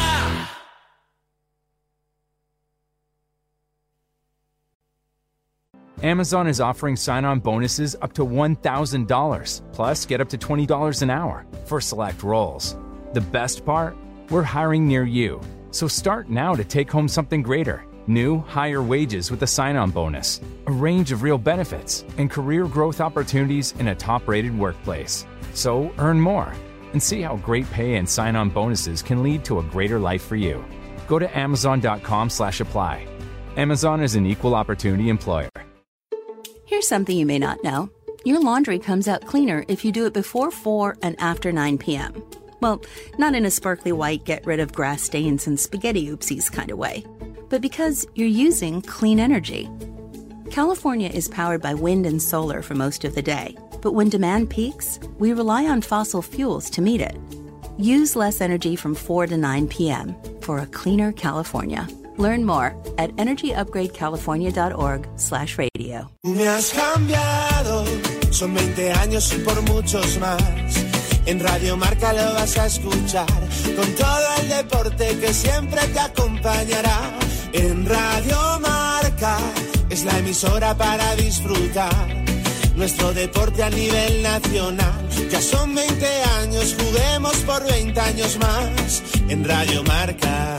Speaker 25: Amazon is offering sign-on bonuses up to one thousand dollars, plus get up to twenty dollars an hour for select roles. The best part? We're hiring near you. So start now to take home something greater. New, higher wages with a sign-on bonus, a range of real benefits, and career growth opportunities in a top-rated workplace. So earn more and see how great pay and sign-on bonuses can lead to a greater life for you. Go to amazon.com slash apply. Amazon is an equal opportunity employer.
Speaker 10: Here's something you may not know. Your laundry comes out cleaner if you do it before four and after nine p.m. Well, not in a sparkly white, get rid of grass stains and spaghetti oopsies kind of way, but because you're using clean energy. California is powered by wind and solar for most of the day, but when demand peaks, we rely on fossil fuels to meet it. Use less energy from four to nine p.m. for a cleaner California. Learn more at energyupgradecalifornia.org slash radio.
Speaker 30: Me has cambiado, son veinte años y por muchos más. En Radio Marca lo vas a escuchar, con todo el deporte que siempre te acompañará. En Radio Marca es la emisora para disfrutar nuestro deporte a nivel nacional. Ya son veinte años, juguemos por veinte años más. En Radio Marca.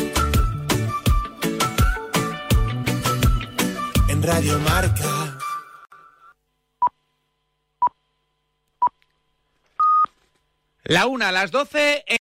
Speaker 30: En Radio Marca.
Speaker 11: La una a las doce.